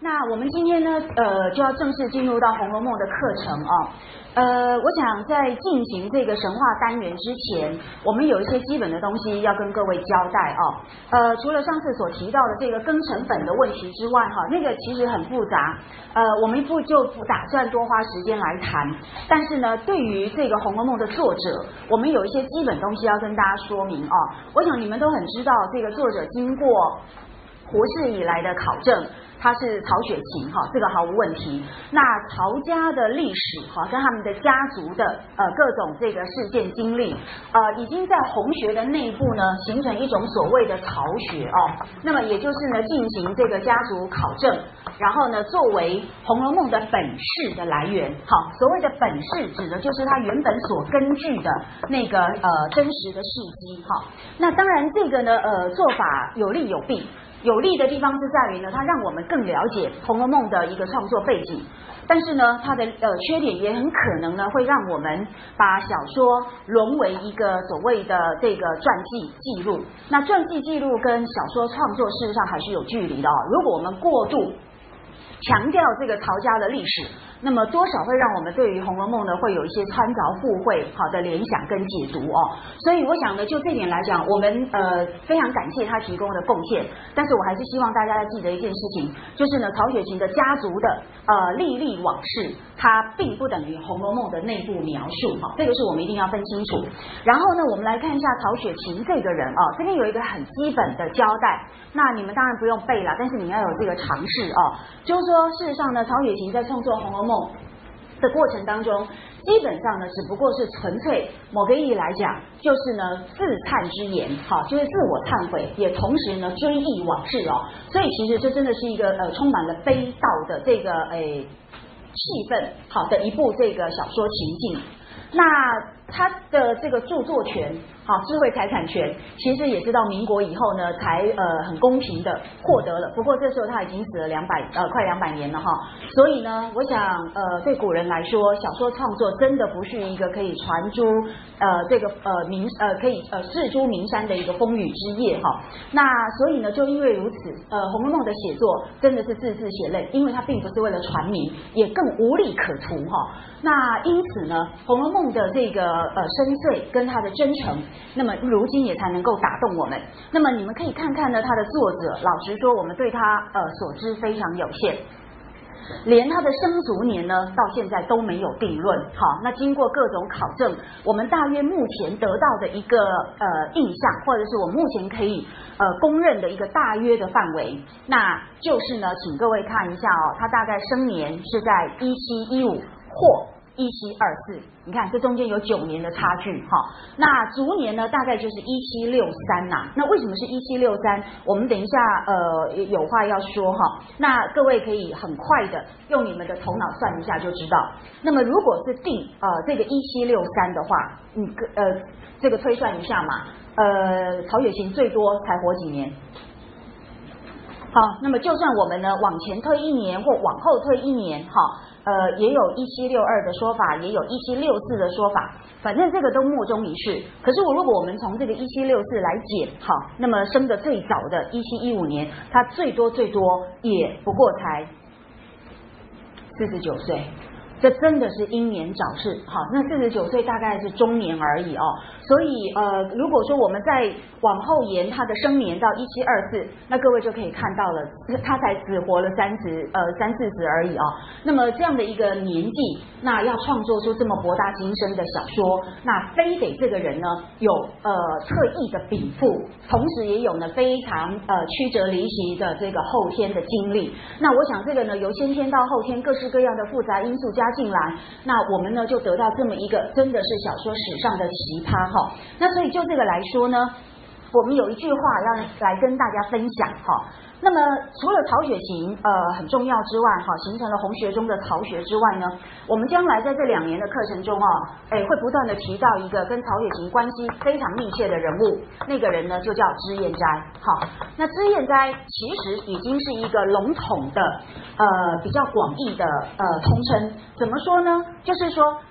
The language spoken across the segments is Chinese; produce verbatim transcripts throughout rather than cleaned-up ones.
那我们今天呢，呃，就要正式进入到《红楼梦》的课程哦。呃，我想在进行这个神话单元之前，我们有一些基本的东西要跟各位交代哦。呃，除了上次所提到的这个庚辰本的问题之外，哈，那个其实很复杂，呃，我们不就不打算多花时间来谈。但是呢，对于这个《红楼梦》的作者，我们有一些基本东西要跟大家说明哦。我想你们都很知道，这个作者经过胡适以来的考证，他是曹雪芹哈，这个毫无问题。那曹家的历史哈，跟他们的家族的呃各种这个事件经历，呃，已经在红学的内部呢，形成一种所谓的曹学哦。那么也就是呢，进行这个家族考证，然后呢，作为《红楼梦》的本事的来源。好，所谓的本事指的就是它原本所根据的那个呃真实的事迹哈。那当然这个呢呃做法有利有弊。有利的地方是在于呢，它让我们更了解《红楼梦》的一个创作背景，但是呢，它的呃缺点也很可能呢，会让我们把小说沦为一个所谓的这个传记记录。那传记记录跟小说创作事实上还是有距离的哦。如果我们过度强调这个曹家的历史，那么多少会让我们对于《红楼梦》呢会有一些参凿附会好的联想跟解读哦。所以我想呢，就这点来讲，我们呃非常感谢他提供的贡献。但是我还是希望大家要记得一件事情，就是呢，曹雪芹的家族的呃历历往事，它并不等于《红楼梦》的内部描述哈，这个是我们一定要分清楚。然后呢，我们来看一下曹雪芹这个人啊、哦，这边有一个很基本的交代，那你们当然不用背了，但是你要有这个常识哦，就是说事实上呢，曹雪芹在创作《红楼梦》的过程当中，基本上呢，只不过是纯粹某个意义来讲，就是呢自叹之言，好，就是自我忏悔，也同时呢追忆往事哦。所以其实这真的是一个呃充满了悲悼的这个诶气氛，好的一部这个小说情境。那他的这个著作权，好，智慧财产权，其实也是到民国以后呢，才呃很公平的获得了。不过这时候他已经死了两百呃快两百年了哈，所以呢，我想呃对古人来说，小说创作真的不是一个可以传诸呃这个呃名呃可以呃世诸名山的一个风雨之业哈。那所以呢，就因为如此，呃《红楼梦》的写作真的是字字血泪，因为它并不是为了传名，也更无利可图哈。那因此呢，《红楼梦》的这个呃深邃跟它的真诚，那么如今也才能够打动我们。那么你们可以看看呢，它的作者，老实说，我们对他呃所知非常有限。连他的生卒年呢，到现在都没有定论。好，那经过各种考证，我们大约目前得到的一个呃印象，或者是我目前可以呃公认的一个大约的范围，那就是呢，请各位看一下哦，他大概生年是在一七一五或一七二四，你看这中间有九年的差距哈。那卒年呢，大概就是一七六三呐。那为什么是一七六三？我们等一下呃有话要说哈。那各位可以很快的用你们的头脑算一下就知道。那么如果是定呃这个一七六三的话，你呃这个推算一下嘛，呃曹雪芹最多才活几年？好，那么就算我们呢往前推一年或往后推一年哈。呃，也有一七六二的说法，也有一七六四的说法，反正这个都莫衷一是。可是我如果我们从这个一七六四来减，好，那么生的最早的一七一五年，他最多最多也不过才四十九岁。这真的是英年早逝，好，那四十九岁大概是中年而已哦。所以呃，如果说我们再往后延他的生年到一七二四，那各位就可以看到了，他才只活了三十呃三四十而已哦。那么这样的一个年纪，那要创作出这么博大精深的小说，那非得这个人呢有呃特异的禀赋，同时也有呢非常呃曲折离奇的这个后天的经历。那我想这个呢由先天到后天各式各样的复杂因素加进来，那我们呢就得到这么一个真的是小说史上的奇葩哈。那所以就这个来说呢，我们有一句话要来跟大家分享哈。那么除了曹雪芹呃很重要之外哈，形成了红学中的曹学之外呢，我们将来在这两年的课程中哦，哎会不断的提到一个跟曹雪芹关系非常密切的人物，那个人呢就叫脂砚斋。好，那脂砚斋其实已经是一个笼统的呃比较广义的呃通称。怎么说呢？就是说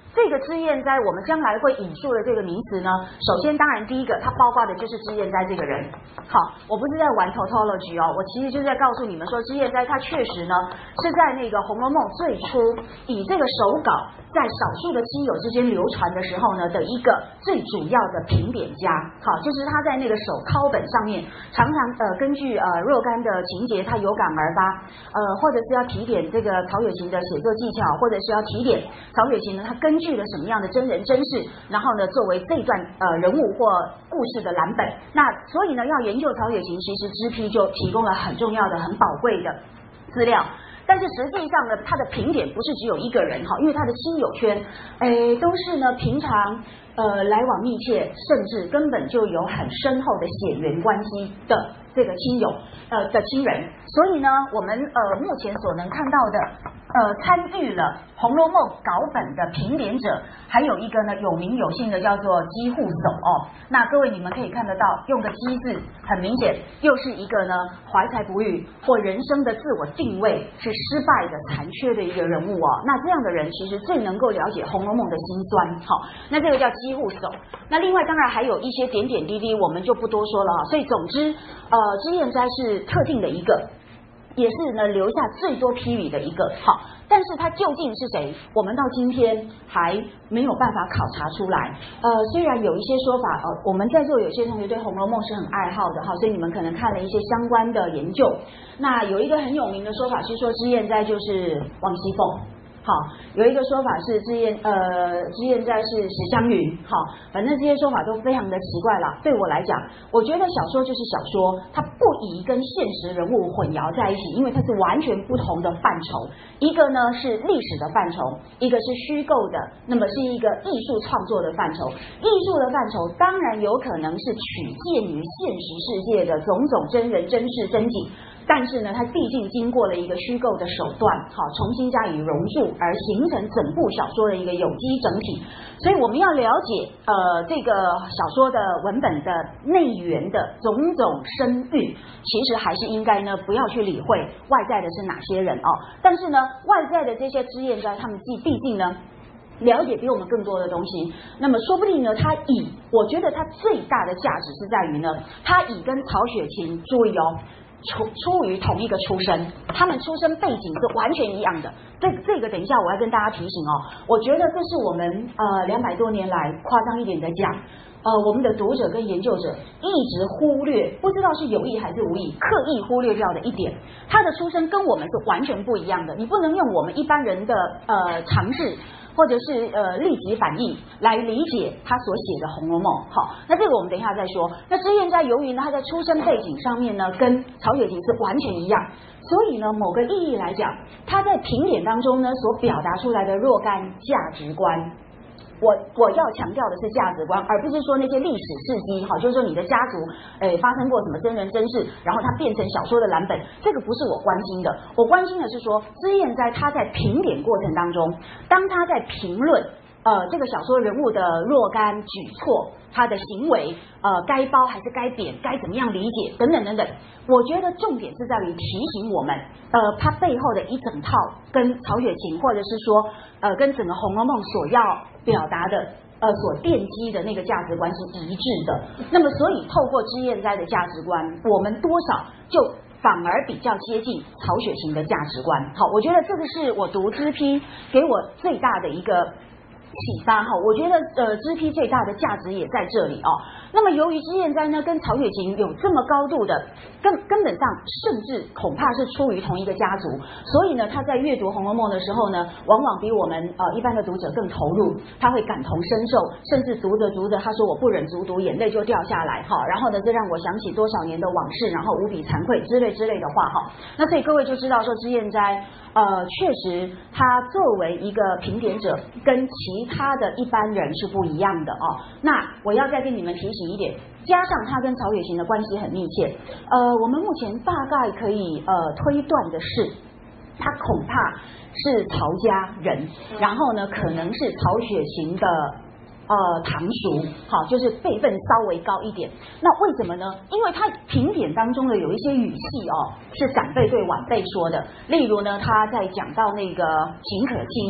这个脂砚斋，我们将来会引述的这个名词呢，首先当然第一个，它包括的就是脂砚斋这个人。好，我不是在玩 tautology 哦，我其实就是在告诉你们说，脂砚斋他确实呢是在那个《红楼梦》最初以这个手稿在少数的亲友之间流传的时候呢的一个最主要的评点家。好，就是他在那个手抄本上面，常常呃根据呃若干的情节，他有感而发，呃或者是要提点这个曹雪芹的写作技巧，或者是要提点曹雪芹呢他根据了什么样的真人真事，然后呢作为这段呃人物或故事的蓝本。那所以呢要研究曹雪芹，其实脂批就提供了很重要的、很宝贵的资料。但是实际上呢，他的评点不是只有一个人哈，因为他的亲友圈，诶，都是呢平常呃来往密切，甚至根本就有很深厚的血缘关系的这个亲友呃的亲人。所以呢，我们呃目前所能看到的呃参与了《红楼梦》稿本的评点者，还有一个呢有名有姓的叫做姬护叟哦。那各位你们可以看得到，用个姬字，很明显又是一个呢怀才不遇或人生的自我定位是失败的残缺的一个人物哦。那这样的人其实最能够了解《红楼梦》的辛酸。好，那这个叫姬护叟。那另外当然还有一些点点滴滴，我们就不多说了哈。所以总之，呃，脂砚斋是特定的一个。也是呢留下最多批语的一个。好，但是他究竟是谁，我们到今天还没有办法考察出来。呃，虽然有一些说法，呃，我们在座有些同学对《红楼梦》是很爱好的哈，所以你们可能看了一些相关的研究。那有一个很有名的说法是说，脂砚斋就是王熙凤。好，有一个说法是脂砚呃脂砚斋是史湘云。好，反正这些说法都非常的奇怪啦。对我来讲，我觉得小说就是小说，它不宜跟现实人物混淆在一起，因为它是完全不同的范畴。一个呢是历史的范畴，一个是虚构的，那么是一个艺术创作的范畴。艺术的范畴当然有可能是取鉴于现实世界的种种真人真事真景。但是呢，它毕竟经过了一个虚构的手段，好，重新加以融入，而形成整部小说的一个有机整体。所以我们要了解呃这个小说的文本的内源的种种声韵，其实还是应该呢不要去理会外在的是哪些人哦。但是呢，外在的这些脂砚斋他们既毕竟呢了解比我们更多的东西，那么说不定呢，他以我觉得他最大的价值是在于呢，他以跟曹雪芹注意哦。出出于同一个出身，他们出身背景是完全一样的。这这个等一下我要跟大家提醒哦。我觉得这是我们呃两百多年来夸张一点的讲，呃我们的读者跟研究者一直忽略，不知道是有意还是无意，刻意忽略掉的一点，他的出身跟我们是完全不一样的。你不能用我们一般人的呃常识。或者是呃立即反应来理解他所写的《红楼梦》。好，那这个我们等一下再说。那脂砚斋由于呢他在出身背景上面呢跟曹雪芹是完全一样，所以呢某个意义来讲，他在评点当中呢所表达出来的若干价值观。我我要强调的是价值观，而不是说那些历史事迹，好，就是说你的家族，诶发生过什么真人真事，然后它变成小说的蓝本，这个不是我关心的。我关心的是说，脂砚斋他在评点过程当中，当他在评论呃这个小说人物的若干举措，他的行为，呃该褒还是该贬，该怎么样理解等等等等。我觉得重点是在于提醒我们，呃他背后的一整套跟曹雪芹或者是说呃跟整个《红楼梦》所要表达的呃所奠基的那个价值观是一致的。那么所以透过脂砚斋的价值观，我们多少就反而比较接近曹雪芹的价值观。好，我觉得这个是我读脂批给我最大的一个启发哈。我觉得呃脂批最大的价值也在这里哦。那么由于脂砚斋呢跟曹雪芹有这么高度的根根本上甚至恐怕是出于同一个家族，所以呢他在阅读《红楼梦》的时候呢，往往比我们呃一般的读者更投入，他会感同身受，甚至读着读着他说我不忍卒读，眼泪就掉下来哈。然后呢这让我想起多少年的往事，然后无比惭愧之类之类的话哈。那所以各位就知道说脂砚斋呃确实他作为一个评点者跟其他的一般人是不一样的哦。那我要再跟你们提醒一点，加上他跟曹雪芹的关系很密切，呃，我们目前大概可以呃推断的是，他恐怕是曹家人，然后呢可能是曹雪芹的呃堂叔，好，就是辈分稍微高一点。那为什么呢？因为他评点当中的有一些语气哦，是长辈对晚辈说的，例如呢他在讲到那个秦可卿。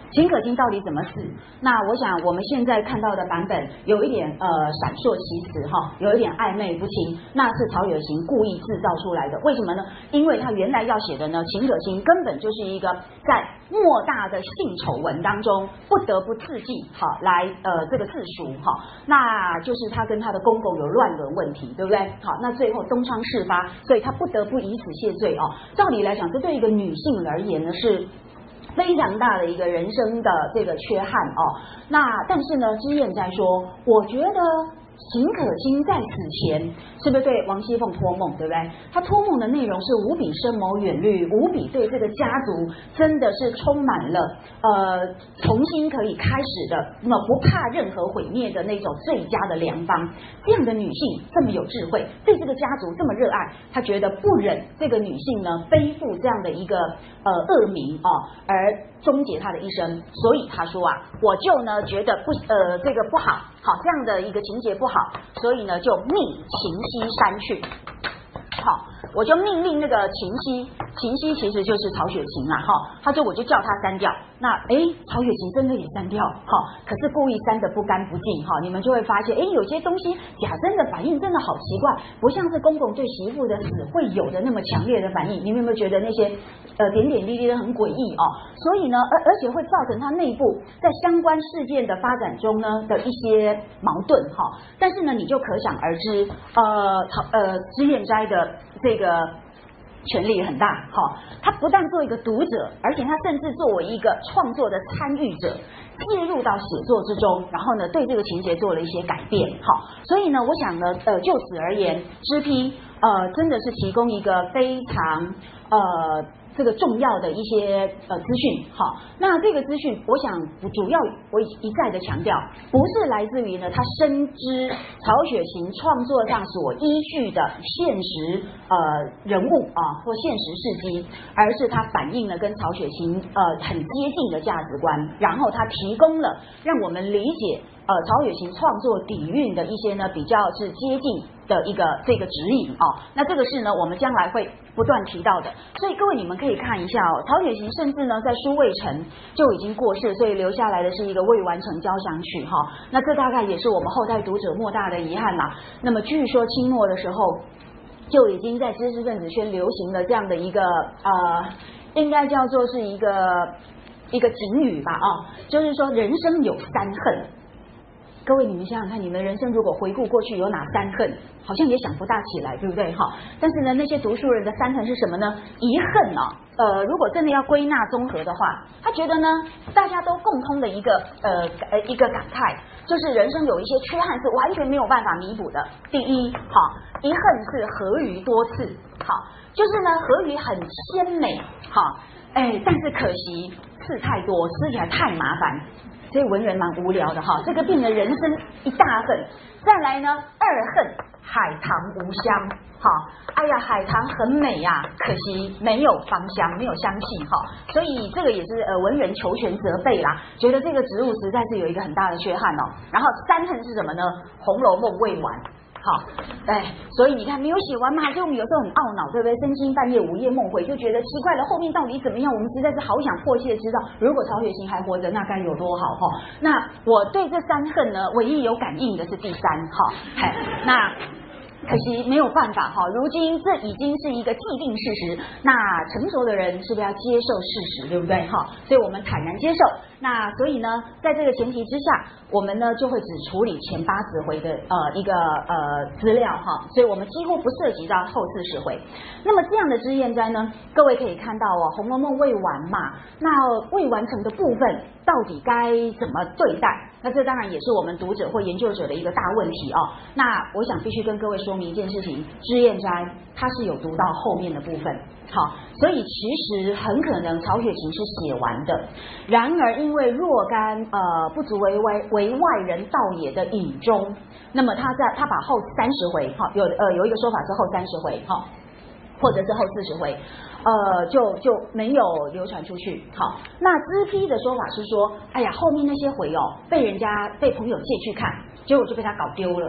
秦可卿到底怎么死？那我想我们现在看到的版本有一点呃闪烁其词哈，有一点暧昧不清，那是曹雪芹故意制造出来的。为什么呢？因为他原来要写的呢，秦可卿根本就是一个在莫大的性丑闻当中不得不自尽，好来呃这个自赎哈，那就是他跟他的公公有乱伦问题，对不对？好，那最后东窗事发，所以他不得不以此谢罪哦。照理来讲，这对一个女性而言呢是非常大的一个人生的这个缺憾哦。那但是呢，脂砚斋说，我觉得秦可卿在死前是不是对王熙凤托梦，对不对？他托梦的内容是无比深谋远虑，无比对这个家族真的是充满了呃重新可以开始的，那么不怕任何毁灭的那种最佳的良方。这样的女性这么有智慧，对这个家族这么热爱，他觉得不忍这个女性呢背负这样的一个呃恶名哦，而终结她的一生。所以他说啊，我就呢觉得不呃这个不好，好这样的一个情节不好，所以呢就命秦西删去。好，我就命令那个秦西，秦西其实就是曹雪芹啦，哈，他说我就叫他删掉。那哎，曹雪芹真的也删掉，哈，可是故意删的不干不净，哈，你们就会发现，哎，有些东西贾珍的反应真的好奇怪，不像是公公对媳妇的死会有的那么强烈的反应。你们有没有觉得那些呃点点滴滴的很诡异哦？所以呢，而而且会造成他内部在相关事件的发展中呢的一些矛盾，哈。但是呢，你就可想而知，呃，曹呃脂砚斋的这个权力很大，哈，他不但做一个读者，而且他甚至作为一个创作的参与者，介入到写作之中，然后呢，对这个情节做了一些改变，好，所以呢，我想呢，呃，就此而言，脂批呃真的是提供一个非常呃。这个重要的一些呃资讯，好，那这个资讯，我想主要我一再的强调，不是来自于呢他深知曹雪芹创作上所依据的现实呃人物啊或现实事迹，而是他反映了跟曹雪芹呃很接近的价值观，然后他提供了让我们理解呃曹雪芹创作底蕴的一些呢比较是接近的一个这个指引哦，那这个是呢我们将来会不断提到的，所以各位你们可以看一下哦，曹雪芹甚至呢在书未成就已经过世，所以留下来的是一个未完成交响曲哈、哦，那这大概也是我们后代读者莫大的遗憾啦。那么据说清末的时候就已经在知识分子圈流行了这样的一个呃，应该叫做是一个一个警语吧啊、哦，就是说人生有三恨。各位，你们想想看，你们人生如果回顾过去有哪三恨，好像也想不大起来，对不对？哈，但是呢，那些读书人的三恨是什么呢？一恨啊，呃，如果真的要归纳综合的话，他觉得呢，大家都共通的一个呃呃一个感慨，就是人生有一些缺憾是完全没有办法弥补的。第一，好，一恨是合于多次，好，就是呢，合于很鲜美，好，哎，但是可惜刺太多，吃起来太麻烦。所以文人蛮无聊的哈，这个变成人生一大恨。再来呢，二恨海棠无香，好，哎呀，海棠很美呀、啊，可惜没有芳香，没有香气哈。所以这个也是呃文人求全责备啦，觉得这个植物实在是有一个很大的缺憾哦。然后三恨是什么呢？《红楼梦》未完。好，哎，所以你看没有写完嘛，所以我们有时候很懊恼，对不对？深更半夜午夜梦回，就觉得奇怪了，后面到底怎么样？我们实在是好想迫切知道，如果曹雪芹还活着，那该有多好哈！那我对这三恨呢，唯一有感应的是第三哈，哎，那。可惜没有办法哈，如今这已经是一个既定事实。那成熟的人是不是要接受事实，对不对哈？所以我们坦然接受。那所以呢，在这个前提之下，我们呢就会只处理前八十回的呃一个呃资料哈，所以我们几乎不涉及到后四十回。那么这样的脂砚斋呢，各位可以看到哦，《红楼梦》未完嘛，那未完成的部分到底该怎么对待？那这当然也是我们读者或研究者的一个大问题哦。那我想必须跟各位说明一件事情，脂砚斋他是有读到后面的部分，好，所以其实很可能曹雪芹是写完的。然而因为若干呃不足为外为外人道也的隐衷，那么他在他把后三十回，好，有呃有一个说法是后三十回，好，或者是后四十回。呃，就就没有流传出去。好，那脂批的说法是说，哎呀，后面那些回哦，被人家被朋友借去看，结果就被他搞丢了。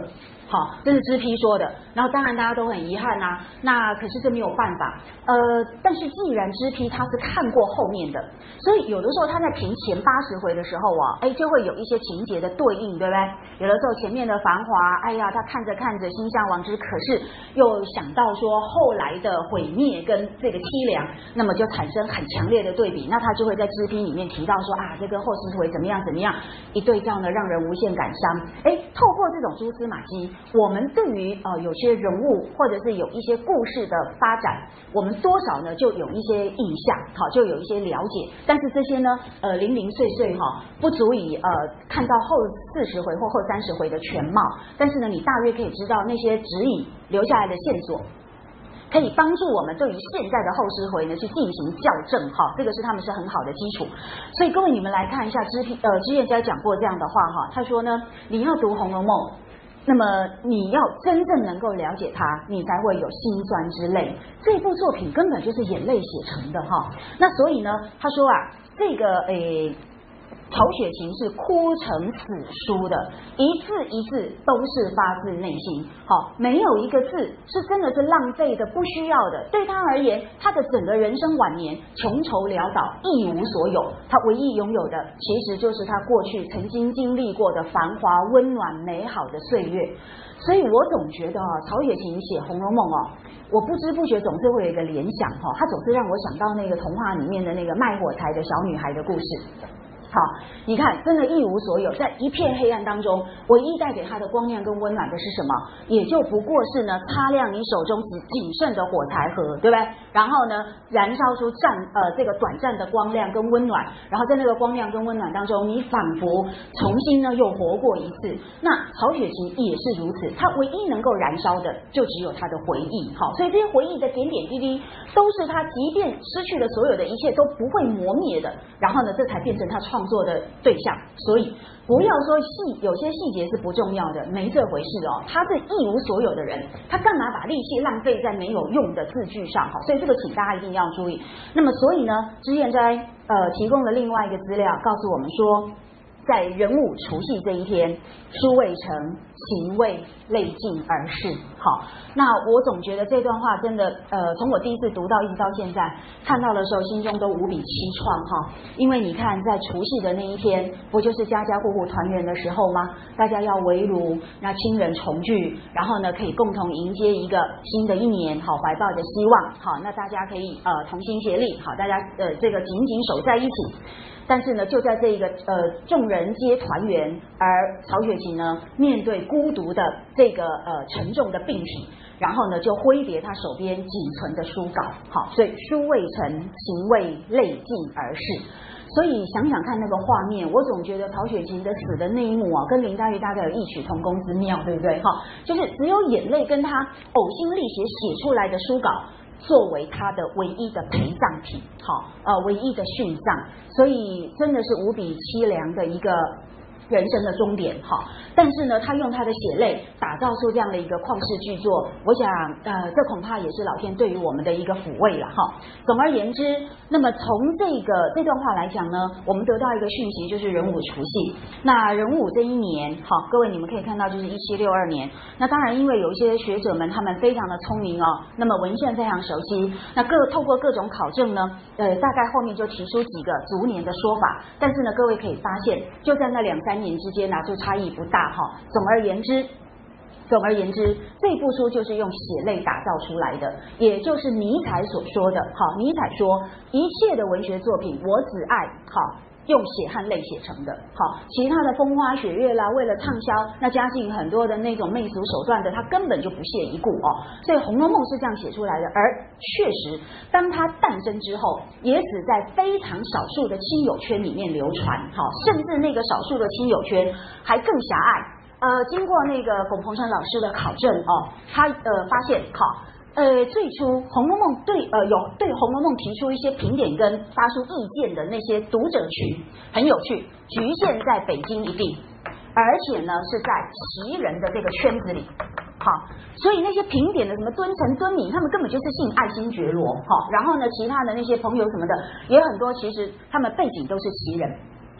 好，这是知批说的。然后当然大家都很遗憾啊，那可是这没有办法。呃，但是既然知批他是看过后面的，所以有的时候他在评前八十回的时候啊，哎，就会有一些情节的对应，对不对？有的时候前面的繁华，哎呀，他看着看着心向往之，可是又想到说后来的毁灭跟这个凄凉，那么就产生很强烈的对比，那他就会在知批里面提到说啊，这个后十回怎么样怎么样，一对照呢，让人无限感伤。哎，透过这种蛛丝马迹，我们对于呃有些人物或者是有一些故事的发展，我们多少呢就有一些印象，好，就有一些了解。但是这些呢，呃零零碎碎哈，不足以呃看到后四十回或后三十回的全貌。但是呢，你大约可以知道那些指引留下来的线索，可以帮助我们对于现在的后十回呢去进行校正哈，这个是他们是很好的基础。所以各位你们来看一下知批呃知砚斋讲过这样的话哈，他说呢，你要读《红楼梦》，那么你要真正能够了解它，你才会有辛酸之泪。这部作品根本就是眼泪写成的哈。那所以呢，他说啊，这个诶。曹雪芹是哭成死书的，一字一字都是发自内心，好，没有一个字是真的是浪费的、不需要的。对他而言，他的整个人生晚年穷愁潦倒，一无所有，他唯一拥有的其实就是他过去曾经经历过的繁华、温暖、美好的岁月。所以我总觉得啊，曹雪芹写《红楼梦》哦，我不知不觉总是会有一个联想哈，他总是让我想到那个童话里面的那个卖火柴的小女孩的故事。好，你看，真的一无所有，在一片黑暗当中，唯一带给他的光亮跟温暖的是什么？也就不过是呢，擦亮你手中只仅剩的火柴盒，对不对？然后呢，燃烧出暂呃这个短暂的光亮跟温暖，然后在那个光亮跟温暖当中，你仿佛重新呢又活过一次。那曹雪芹也是如此，他唯一能够燃烧的就只有他的回忆。好，所以这些回忆的点点滴滴，都是他即便失去了所有的一切都不会磨灭的。然后呢，这才变成他创作的对象。所以不要说细，有些细节是不重要的，没这回事哦。他是一无所有的人，他干嘛把力气浪费在没有用的字句上？好，所以这个请大家一定要注意。那么，所以呢，知砚斋呃提供了另外一个资料，告诉我们说，在壬午除夕这一天，书未成，行未泪尽而逝。好，那我总觉得这段话真的，呃，从我第一次读到一直到现在看到的时候，心中都无比凄怆哈。因为你看，在除夕的那一天，不就是家家户户团圆的时候吗？大家要围炉，那亲人重聚，然后呢，可以共同迎接一个新的一年，好，怀抱着希望，好，那大家可以呃同心协力，好，大家呃这个紧紧守在一起。但是呢，就在这一个呃众人皆团圆，而曹雪芹呢面对孤独的这个呃沉重的病体，然后呢就挥别他手边仅存的书稿，好，所以书未成，行未泪尽而逝。所以想想看那个画面，我总觉得曹雪芹的死的那一幕啊，跟林黛玉大概有异曲同工之妙，对不对？哈，就是只有眼泪跟他呕心沥血写出来的书稿，作为他的唯一的陪葬品，好，呃，唯一的殉葬，所以真的是无比凄凉的一个人生的终点，哈。但是呢，他用他的血泪打造出这样的一个旷世巨作，我想，呃，这恐怕也是老天对于我们的一个抚慰了，哈。总而言之，那么从这个这段话来讲呢，我们得到一个讯息，就是壬午除夕。那壬午这一年，好，各位你们可以看到，就是一七六二年。那当然，因为有一些学者们他们非常的聪明哦，那么文献非常熟悉，那各透过各种考证呢，呃，大概后面就提出几个逐年的说法。但是呢，各位可以发现，就在那两三年之间呢，就差异不大。哈，总而言之，总而言之，这部书就是用血泪打造出来的，也就是尼采所说的。好，尼采说，一切的文学作品，我只爱好用血和泪写成的。好，其他的风花雪月啦，为了畅销，那加进很多的那种媚俗手段的，他根本就不屑一顾哦。所以《红楼梦》是这样写出来的，而确实，当它诞生之后，也只在非常少数的亲友圈里面流传。好，甚至那个少数的亲友圈还更狭隘。呃，经过那个龚鹏程老师的考证哦，他呃发现，好。呃，最初《红楼梦》对呃有对《红楼梦》提出一些评点跟发出意见的那些读者群很有趣，局限在北京一地，而且呢是在旗人的这个圈子里，好，所以那些评点的什么敦诚、敦敏，他们根本就是信爱新觉罗，好，然后呢，其他的那些朋友什么的也很多，其实他们背景都是旗人。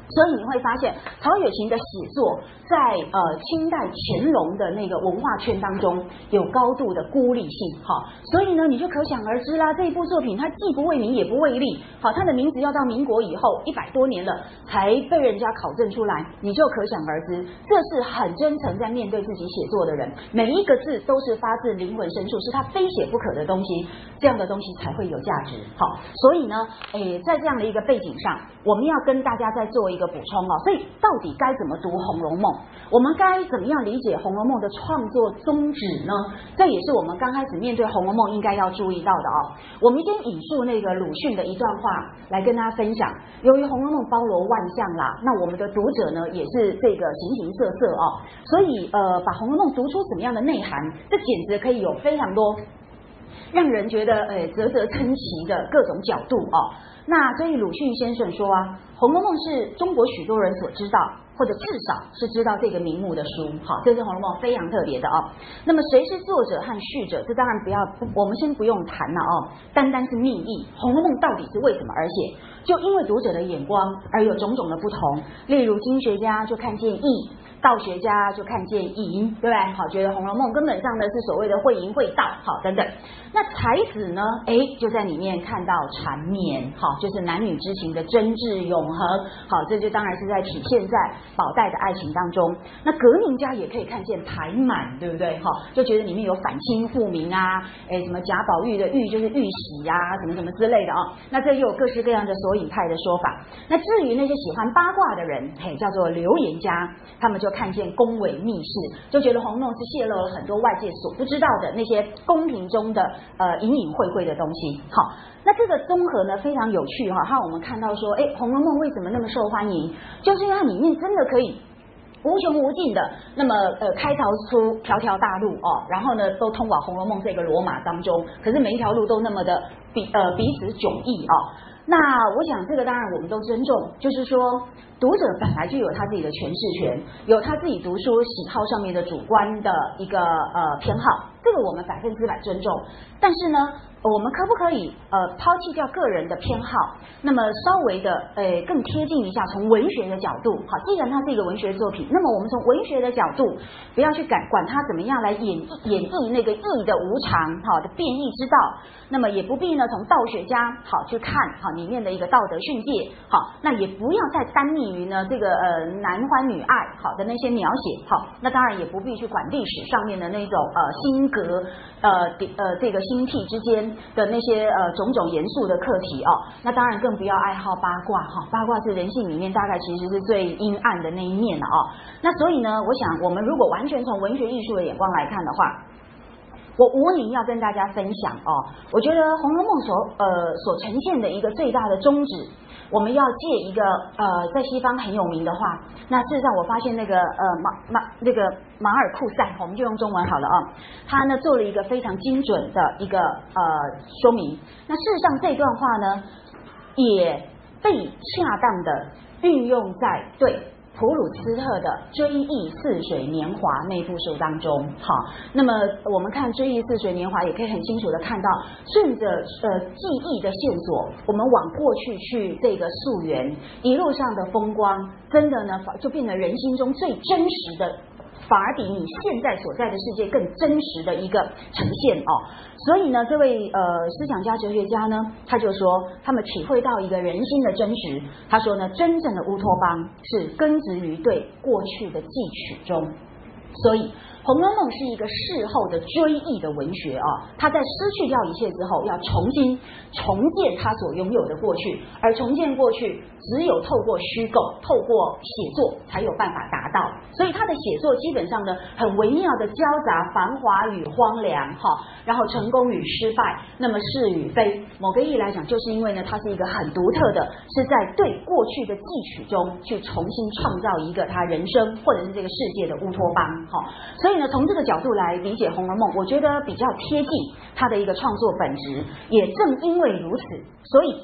所以你会发现曹雪芹的写作在呃清代乾隆的那个文化圈当中有高度的孤立性，好，所以呢你就可想而知啦，这一部作品它既不为名也不为利，好，它的名字要到民国以后一百多年了才被人家考证出来，你就可想而知，这是很真诚在面对自己写作的人，每一个字都是发自灵魂深处，是他非写不可的东西，这样的东西才会有价值，好，所以呢，诶，在这样的一个背景上，我们要跟大家再做一个补充哦，所以到底该怎么读《红楼梦》？我们该怎么样理解《红楼梦》的创作宗旨呢？这也是我们刚开始面对《红楼梦》应该要注意到的哦。我们先引述那个鲁迅的一段话来跟大家分享。由于《红楼梦》包罗万象啦，那我们的读者呢也是这个形形色色哦，所以呃，把《红楼梦》读出什么样的内涵，这简直可以有非常多让人觉得呃啧啧称奇的各种角度哦。那所以鲁迅先生说啊，《红楼梦》是中国许多人所知道，或者至少是知道这个名目的书，好，这是《红楼梦》非常特别的哦。那么谁是作者和序者？这当然不要，我们先不用谈了哦，单单是密意，《红楼梦》到底是为什么而写？就因为读者的眼光而有种种的不同。例如经学家就看见义，道学家就看见淫，对不对？好，觉得《红楼梦》根本上呢是所谓的会淫会道，好，等等。那才子呢，哎，就在里面看到缠绵，好，就是男女之情的真挚永恒，好，这就当然是在体现在宝黛的爱情当中。那革命家也可以看见排满，对不对？好，就觉得里面有反清复明啊，哎，什么贾宝玉的玉就是玉玺啊，什么什么之类的啊。那这又有各式各样的索引派的说法。那至于那些喜欢八卦的人，嘿，叫做流言家，他们就看见宫闱秘事，就觉得《红楼梦》是泄露了很多外界所不知道的那些宫廷中的呃隐隐晦晦的东西。好，那这个综合呢非常有趣哈，哈，我们看到说，哎，《红楼梦》为什么那么受欢迎？就是因为它里面真的可以无穷无尽的，那么呃开凿出条条大路哦，然后呢都通往《红楼梦》这个罗马当中，可是每一条路都那么的彼呃彼此迥异哦。那我想这个当然我们都尊重，就是说读者本来就有他自己的诠释权，有他自己读书喜好上面的主观的一个呃偏好，这个我们百分之百尊重。但是呢，我们可不可以呃抛弃掉个人的偏好，那么稍微的呃更贴近一下，从文学的角度，好，既然它是一个文学作品，那么我们从文学的角度，不要去管管它怎么样来演演绎那个义的无常，好的变异之道，那么也不必呢从道学家好去看好里面的一个道德训诫，好，那也不要再单溺于呢这个呃男欢女爱好的那些描写，好，那当然也不必去管历史上面的那种呃心格呃呃这个心替之间的那些呃种种严肃的课题哦，那当然更不要爱好八卦哈，八卦是人性里面大概其实是最阴暗的那一面了哦。那所以呢，我想我们如果完全从文学艺术的眼光来看的话，我无宁要跟大家分享哦，我觉得《红楼梦》所呃所呈现的一个最大的宗旨。我们要借一个呃在西方很有名的话，那事实上我发现那个呃马马那个马尔库塞，我们就用中文好了啊，他呢做了一个非常精准的一个呃说明。那事实上这段话呢，也被恰当的运用在对普鲁斯特的《追忆似水年华》那部书当中，好，那么我们看《追忆似水年华》，也可以很清楚的看到，顺着呃记忆的线索，我们往过去去这个溯源，一路上的风光，真的呢就变成人心中最真实的。反而比你现在所在的世界更真实的一个呈现哦，所以呢，这位呃思想家、哲学家呢，他就说，他们体会到一个人心的真实。他说呢，真正的乌托邦是根植于对过去的汲取中，所以。《红楼梦》是一个事后的追忆的文学啊，它在失去掉一切之后，要重新重建它所拥有的过去，而重建过去只有透过虚构、透过写作才有办法达到。所以他的写作基本上呢，很微妙的交杂繁华与荒凉，哈，然后成功与失败，那么是与非。某个意义来讲，就是因为呢，它是一个很独特的，是在对过去的汲取中去重新创造一个他人生或者是这个世界的乌托邦，哈，所以。所以呢，从这个角度来理解《红楼梦》，我觉得比较贴近它的一个创作本质。也正因为如此，所以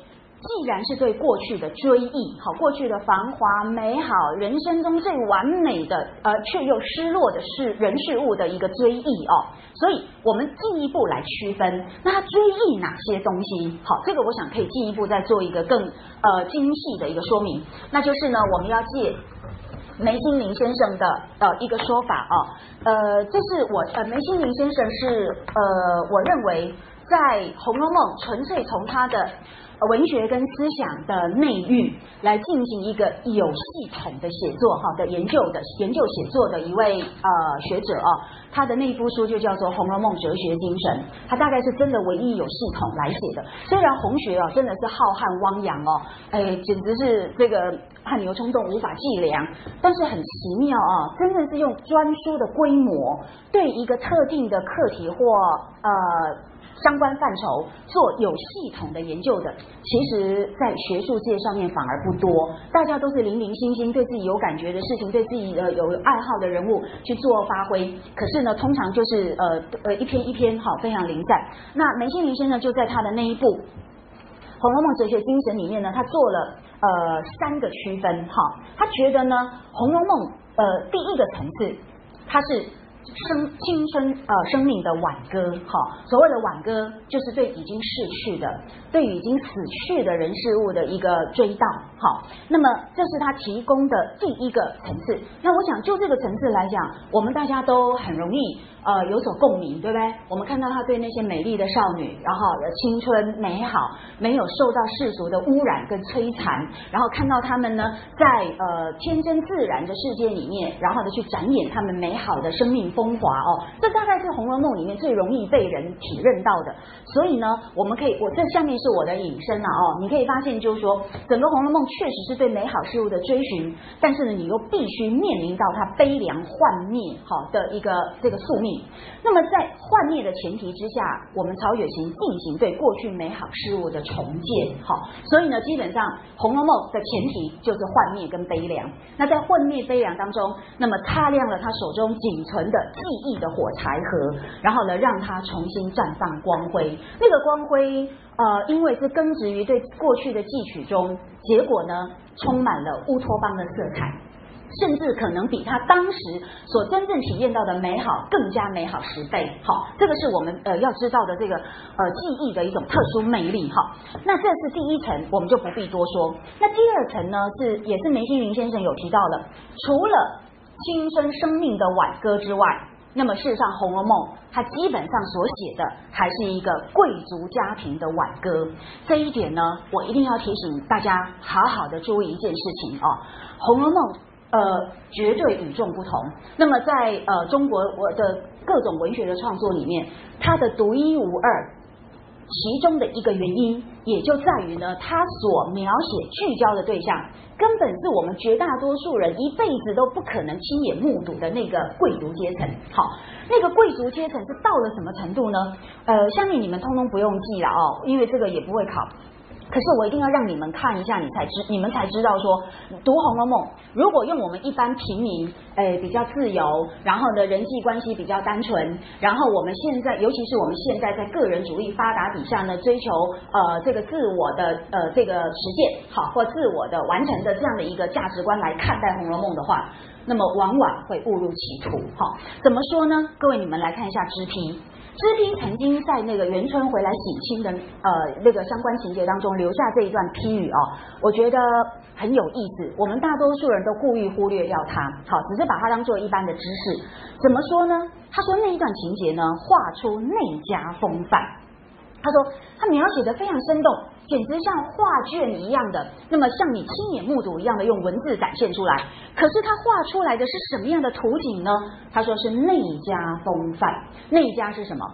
既然是对过去的追忆，好，过去的繁华美好，人生中最完美的，呃，却又失落的是人事物的一个追忆哦，所以我们进一步来区分，那它追忆哪些东西？好，这个我想可以进一步再做一个更呃精细的一个说明，那就是呢，我们要借梅心凌先生的呃一个说法哦，呃，这是我呃梅心凌先生是呃我认为在《红楼梦》纯粹从他的文学跟思想的内蕴来进行一个有系统的写作哈的研究的研究写作的一位呃学者哦，他的那一部书就叫做《红楼梦哲学精神》，他大概是真的唯一有系统来写的。虽然红学哦真的是浩瀚汪洋哦，哎，简直是这个汗牛充栋无法计量，但是很奇妙啊、哦，真正是用专书的规模对一个特定的课题或呃。相关范畴做有系统的研究的，其实在学术界上面反而不多，大家都是零零星星，对自己有感觉的事情，对自己的有爱好的人物去做发挥。可是呢，通常就是呃呃一篇一篇好非常零散。那梅心凌先生就在他的那一部《红楼梦哲学精神》里面呢，他做了呃三个区分哈。他觉得呢，《红楼梦》呃第一个层次，它是生青春呃生命的挽歌，哈，所谓的挽歌就是对已经逝去的、对已经死去的人事物的一个追悼，好，那么这是他提供的第一个层次。那我想就这个层次来讲，我们大家都很容易呃有所共鸣，对不对？我们看到他对那些美丽的少女，然后青春美好，没有受到世俗的污染跟摧残，然后看到他们呢在呃天真自然的世界里面，然后呢去展演他们美好的生命风华哦，这大概是《红楼梦》里面最容易被人体认到的。所以呢，我们可以，我这下面是我的引申啊哦，你可以发现就是说，整个《红楼梦》确实是对美好事物的追寻，但是呢，你又必须面临到它悲凉幻灭好的一个这个宿命。那么在幻灭的前提之下，我们曹雪芹进行对过去美好事物的重建，好，所以呢，基本上《红楼梦》的前提就是幻灭跟悲凉。那在幻灭悲凉当中，那么擦亮了他手中仅存的记忆的火柴盒，然后呢，让它重新绽放光辉。那个光辉，呃，因为是根植于对过去的汲取中，结果呢，充满了乌托邦的色彩。甚至可能比他当时所真正体验到的美好更加美好十倍。好，这个是我们呃要知道的这个呃记忆的一种特殊魅力哈。那这是第一层，我们就不必多说。那第二层呢，是也是梅心凌先生有提到的，除了青春生命的挽歌之外，那么事实上《红楼梦》它基本上所写的还是一个贵族家庭的挽歌。这一点呢，我一定要提醒大家好好的注意一件事情哦，《红楼梦》呃，绝对与众不同。那么在呃中国我的各种文学的创作里面，它的独一无二，其中的一个原因，也就在于呢，它所描写聚焦的对象，根本是我们绝大多数人一辈子都不可能亲眼目睹的那个贵族阶层。好，那个贵族阶层是到了什么程度呢？呃，下面你们通通不用记了哦，因为这个也不会考。可是我一定要让你们看一下，你才知你们才知道说，读《红楼梦》，如果用我们一般平民，诶比较自由，然后呢人际关系比较单纯，然后我们现在，尤其是我们现在在个人主义发达底下呢，追求呃这个自我的呃这个实践，好或自我的完成的这样的一个价值观来看待《红楼梦》的话，那么往往会误入歧途。好，怎么说呢？各位你们来看一下支批。支批曾经在那个元春回来省亲的呃那个相关情节当中留下这一段批语哦，我觉得很有意思。我们大多数人都故意忽略掉它，好，只是把它当做一般的知识。怎么说呢？他说那一段情节呢，画出内家风范。他说他描写的非常生动，简直像画卷一样的，那么像你亲眼目睹一样的用文字展现出来。可是他画出来的是什么样的图景呢？他说是内家风范。内家是什么？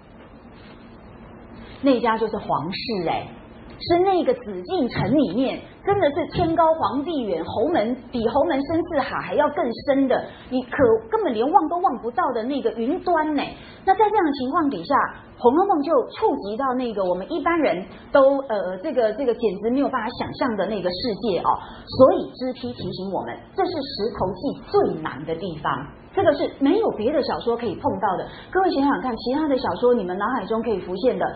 内家就是皇室哎、欸。是那个紫禁城里面，真的是天高皇帝远，侯门比侯门深似海还要更深的，你可根本连望都望不到的那个云端呢。那在这样的情况底下，《红楼梦》就触及到那个我们一般人都呃这个这个简直没有办法想象的那个世界哦。所以支批提醒我们，这是石头记最难的地方。这个是没有别的小说可以碰到的。各位想想看，其他的小说你们脑海中可以浮现的。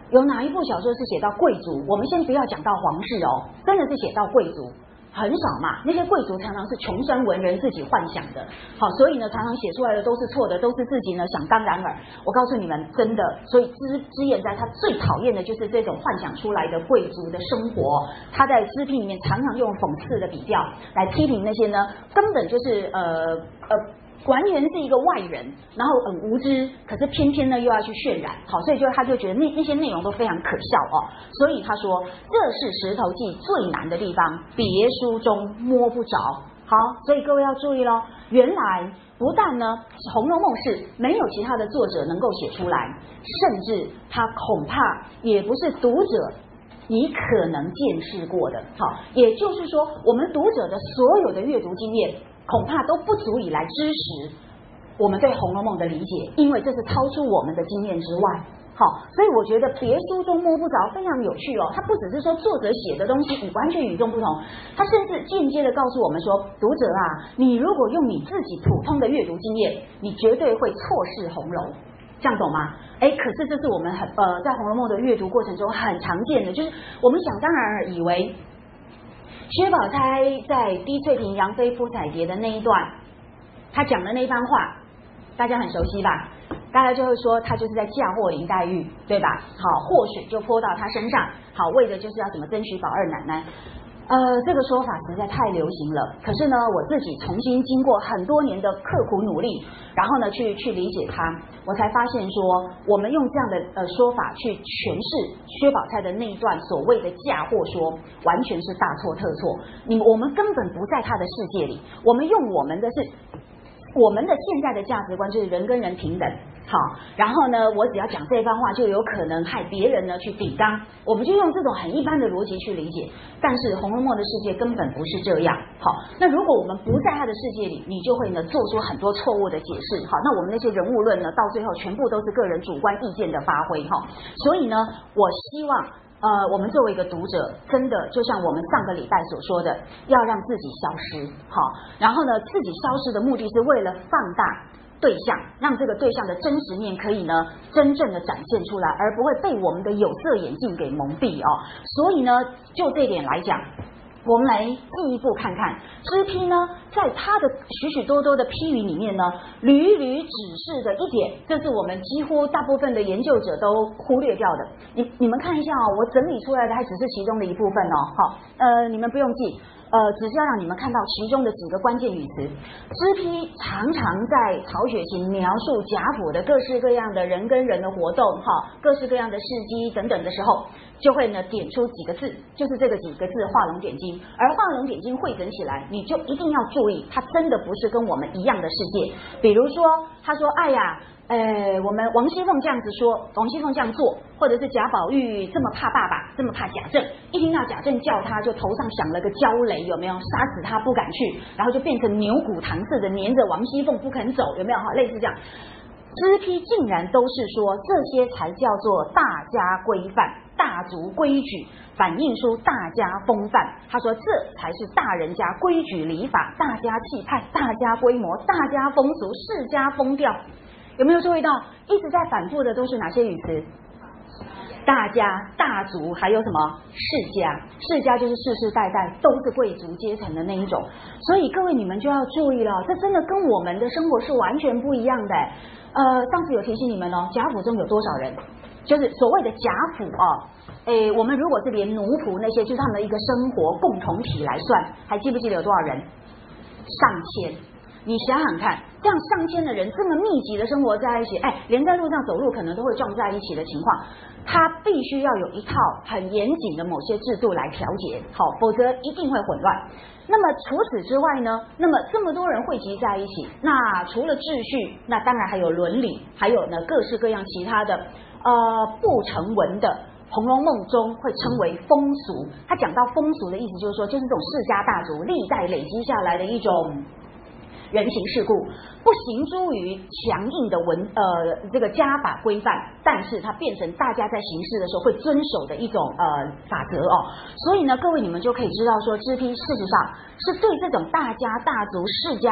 有哪一部小说是写到贵族？我们先不要讲到皇室哦，真的是写到贵族。很少嘛，那些贵族常常是穷酸文人自己幻想的，好，所以呢，常常写出来的都是错的，都是自己呢想当然尔。我告诉你们，真的，所以脂脂砚斋他最讨厌的就是这种幻想出来的贵族的生活。他在诗篇里面常常用讽刺的笔调来批评那些呢，根本就是呃呃。完全是一个外人，然后很无知，可是偏偏呢又要去渲染，好，所以就他就觉得那那些内容都非常可笑哦。所以他说这是石头记最难的地方，别书中摸不着。好，所以各位要注意咯，原来不但呢《红楼梦》是没有其他的作者能够写出来，甚至他恐怕也不是读者你可能见识过的。好，也就是说我们读者的所有的阅读经验恐怕都不足以来支持我们对《红楼梦》的理解，因为这是超出我们的经验之外。好，所以我觉得别书中摸不着非常有趣哦。它不只是说作者写的东西完全与众不同，它甚至间接的告诉我们说，读者啊，你如果用你自己普通的阅读经验，你绝对会错视红楼。这样懂吗？哎，可是这是我们很呃在《红楼梦》的阅读过程中很常见的，就是我们想当然而以为薛宝钗在滴翠屏杨妃扑彩蝶的那一段，他讲的那番话，大家很熟悉吧？大家就会说他就是在嫁祸林黛玉，对吧？好，祸水就泼到他身上，好，为的就是要怎么争取宝二奶奶。呃，这个说法实在太流行了。可是呢，我自己重新经过很多年的刻苦努力，然后呢，去去理解它，我才发现说，我们用这样的呃说法去诠释薛宝钗的那一段所谓的嫁祸说，完全是大错特错。你我们根本不在他的世界里，我们用我们的是我们的现在的价值观就是人跟人平等。好，然后呢，我只要讲这番话，就有可能害别人呢去顶缸，我们就用这种很一般的逻辑去理解。但是《红楼梦》的世界根本不是这样。好，那如果我们不在他的世界里，你就会呢做出很多错误的解释。好，那我们那些人物论呢，到最后全部都是个人主观意见的发挥。哈，所以呢，我希望呃，我们作为一个读者，真的就像我们上个礼拜所说的，要让自己消失。好，然后呢，自己消失的目的是为了放大对象，让这个对象的真实面可以呢真正的展现出来，而不会被我们的有色眼镜给蒙蔽哦。所以呢，就这点来讲，我们来进一步看看支批呢，在他的许许多多的批语里面呢，屡屡指示的一点，这是我们几乎大部分的研究者都忽略掉的。你你们看一下哦，我整理出来的还只是其中的一部分哦。好，呃，你们不用记。呃，只是要让你们看到其中的几个关键语词。支批常常在曹雪芹描述贾府的各式各样的人跟人的活动，哈，各式各样的事迹等等的时候，就会呢点出几个字，就是这个几个字画龙点睛。而画龙点睛汇整起来，你就一定要注意，它真的不是跟我们一样的世界。比如说，他说：“哎呀。”呃，我们王熙凤这样子说，王熙凤这样做，或者是贾宝玉这么怕爸爸，这么怕贾政，一听到贾政叫他，就头上响了个焦雷，有没有？杀死他不敢去，然后就变成牛骨糖似的黏着王熙凤不肯走，有没有？哈，类似这样。支批竟然都是说这些才叫做大家规范、大族规矩，反映出大家风范。他说这才是大人家规矩礼法、大家气派、大家规模、大家风俗、世家风调。有没有注意到一直在反复的都是哪些语词？大家、大族，还有什么世家？世家就是世世代代都是贵族阶层的那一种。所以各位你们就要注意了，这真的跟我们的生活是完全不一样的。呃，上次有提醒你们哦，贾府中有多少人？就是所谓的贾府哦。诶，我们如果是连奴仆那些，就是他们的一个生活共同体来算，还记不记得有多少人？上千。你想想看，这样上千的人这么密集的生活在一起，哎，连在路上走路可能都会撞在一起的情况，他必须要有一套很严谨的某些制度来调节，好，否则一定会混乱。那么除此之外呢，那么这么多人汇集在一起，那除了秩序，那当然还有伦理，还有呢各式各样其他的呃不成文的。《红楼梦》中会称为风俗，他讲到风俗的意思就是说，就是这种世家大族历代累积下来的一种人情世故，不行诸于强硬的文呃这个家法规范，但是它变成大家在行事的时候会遵守的一种呃法则哦。所以呢，各位你们就可以知道说，支批事实上是对这种大家大族世家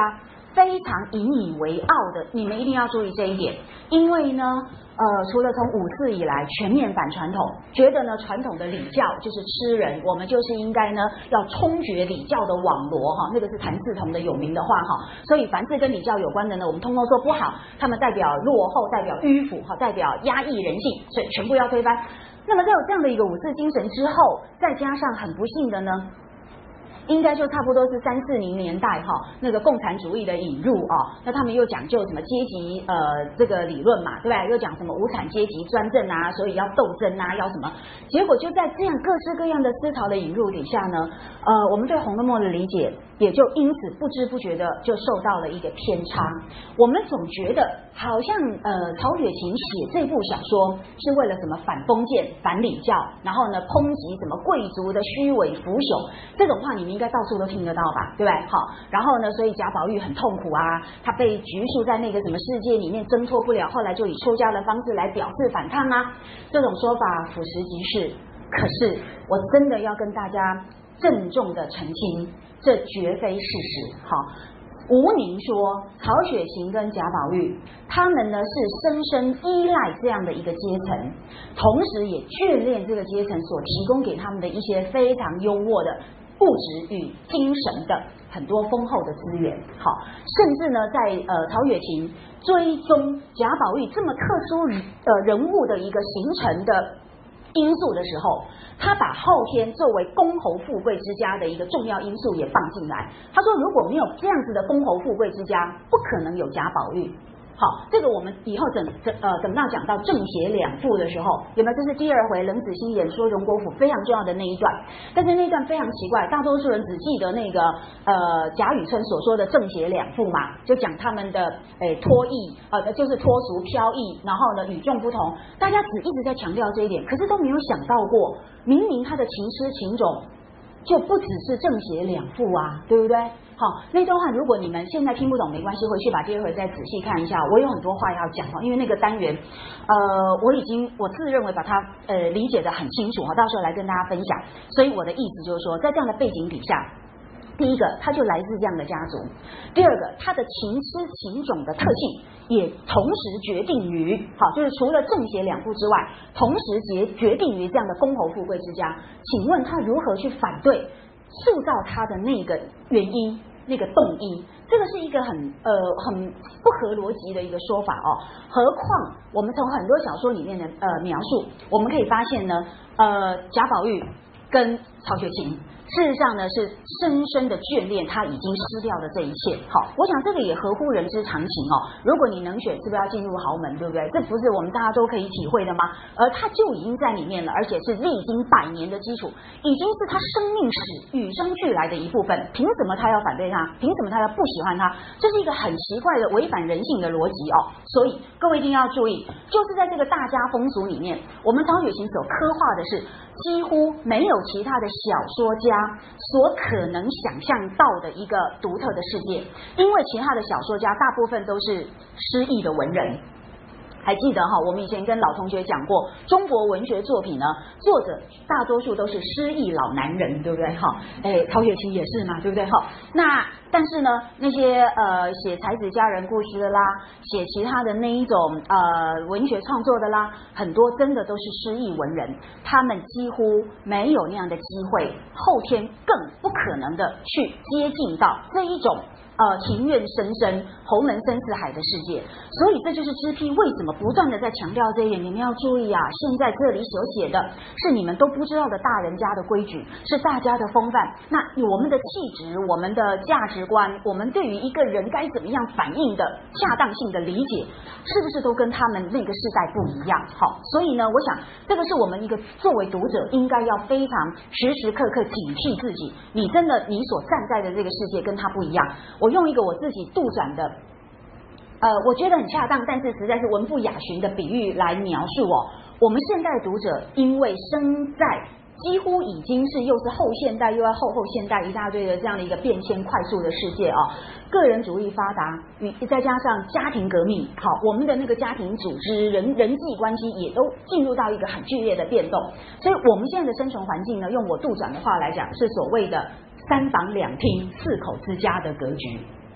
非常引以为傲的，你们一定要注意这一点，因为呢。呃，除了从五四以来全面反传统，觉得呢传统的礼教就是吃人，我们就是应该呢要冲决礼教的网罗哈，那个是谭嗣同的有名的话哈。所以凡是跟礼教有关的呢，我们通通说不好，他们代表落后，代表迂腐哈，代表压抑人性，所以全部要推翻。那么在有这样的一个五四精神之后，再加上很不幸的呢。应该就差不多是三四零年代哈，那个共产主义的引入啊，那他们又讲究什么阶级呃这个理论嘛，对不对？又讲什么无产阶级专政啊，所以要斗争啊，要什么？结果就在这样各式各样的思潮的引入底下呢，呃，我们对《红楼梦》的理解也就因此不知不觉的就受到了一个偏差。我们总觉得好像呃曹雪芹写这部小说是为了什么反封建、反礼教，然后呢抨击什么贵族的虚伪腐朽，这种话你们应该到处都听得到吧，对不对？好，然后呢，所以贾宝玉很痛苦啊，他被拘束在那个什么世界里面挣脱不了，后来就以出家的方式来表示反抗啊，这种说法俯拾即是。可是我真的要跟大家郑重的澄清，这绝非事实。好，吴宁说曹雪芹跟贾宝玉他们呢是深深依赖这样的一个阶层，同时也眷恋这个阶层所提供给他们的一些非常优渥的物质与精神的很多丰厚的资源。好，甚至呢在呃曹雪芹追踪贾宝玉这么特殊的人物的一个形成的因素的时候，他把后天作为公侯富贵之家的一个重要因素也放进来。他说如果没有这样子的公侯富贵之家，不可能有贾宝玉。好，这个我们以后等等呃等到讲到正邪两副的时候，有没有？这是第二回冷子兴演说荣国府非常重要的那一段。但是那一段非常奇怪，大多数人只记得那个呃贾雨村所说的正邪两副嘛，就讲他们的诶脱逸呃就是脱俗飘逸，然后呢与众不同，大家只一直在强调这一点，可是都没有想到过，明明他的情痴情种就不只是正邪两副啊，对不对？好，那段话如果你们现在听不懂没关系，回去把第二回再仔细看一下。我有很多话要讲哈，因为那个单元，呃，我已经我自认为把它呃理解得很清楚哈，到时候来跟大家分享。所以我的意思就是说，在这样的背景底下，第一个，它就来自这样的家族；第二个，它的情痴情种的特性也同时决定于，好，就是除了正邪两副之外，同时决决定于这样的公侯富贵之家。请问他如何去反对塑造他的那个原因？那个动因，这个是一个很呃很不合逻辑的一个说法哦。何况我们从很多小说里面的呃描述，我们可以发现呢，呃贾宝玉跟曹雪芹事实上呢是深深的眷恋他已经失掉的这一切。好，我想这个也合乎人之常情哦。如果你能选，是不是要进入豪门，对不对？这不是我们大家都可以体会的吗？而他就已经在里面了，而且是历经百年的基础，已经是他生命史与生俱来的一部分。凭什么他要反对他？凭什么他要不喜欢他？这是一个很奇怪的违反人性的逻辑哦。所以各位一定要注意，就是在这个大家风俗里面，我们曹雪芹所刻画的是几乎没有其他的小说家所可能想象到的一个独特的世界，因为其他的小说家大部分都是失意的文人。还记得哈，我们以前跟老同学讲过，中国文学作品呢，作者大多数都是失意老男人，对不对哈？哎，曹雪芹也是嘛，对不对哈？那但是呢，那些呃写才子佳人故事的啦，写其他的那一种呃文学创作的啦，很多真的都是失意文人，他们几乎没有那样的机会，后天更不可能的去接近到这一种呃庭院深深、侯门深似海的世界。所以这就是支批为什么不断的在强调这一点。你们要注意啊，现在这里所写的是你们都不知道的大人家的规矩，是大家的风范。那我们的气质、我们的价值观，我们对于一个人该怎么样反应的恰当性的理解，是不是都跟他们那个世代不一样？好，所以呢，我想这个是我们一个作为读者应该要非常时时刻刻警惕自己，你真的你所站在的这个世界跟他不一样。我用一个我自己杜撰的呃，我觉得很恰当，但是实在是文不雅寻的比喻来描述哦。我们现代读者因为生在几乎已经是又是后现代又要后后现代一大堆的这样的一个变迁快速的世界哦，个人主义发达，与再加上家庭革命，好，我们的那个家庭组织、人人际关系也都进入到一个很剧烈的变动，所以我们现在的生存环境呢，用我杜撰的话来讲，是所谓的三房两厅四口之家的格局。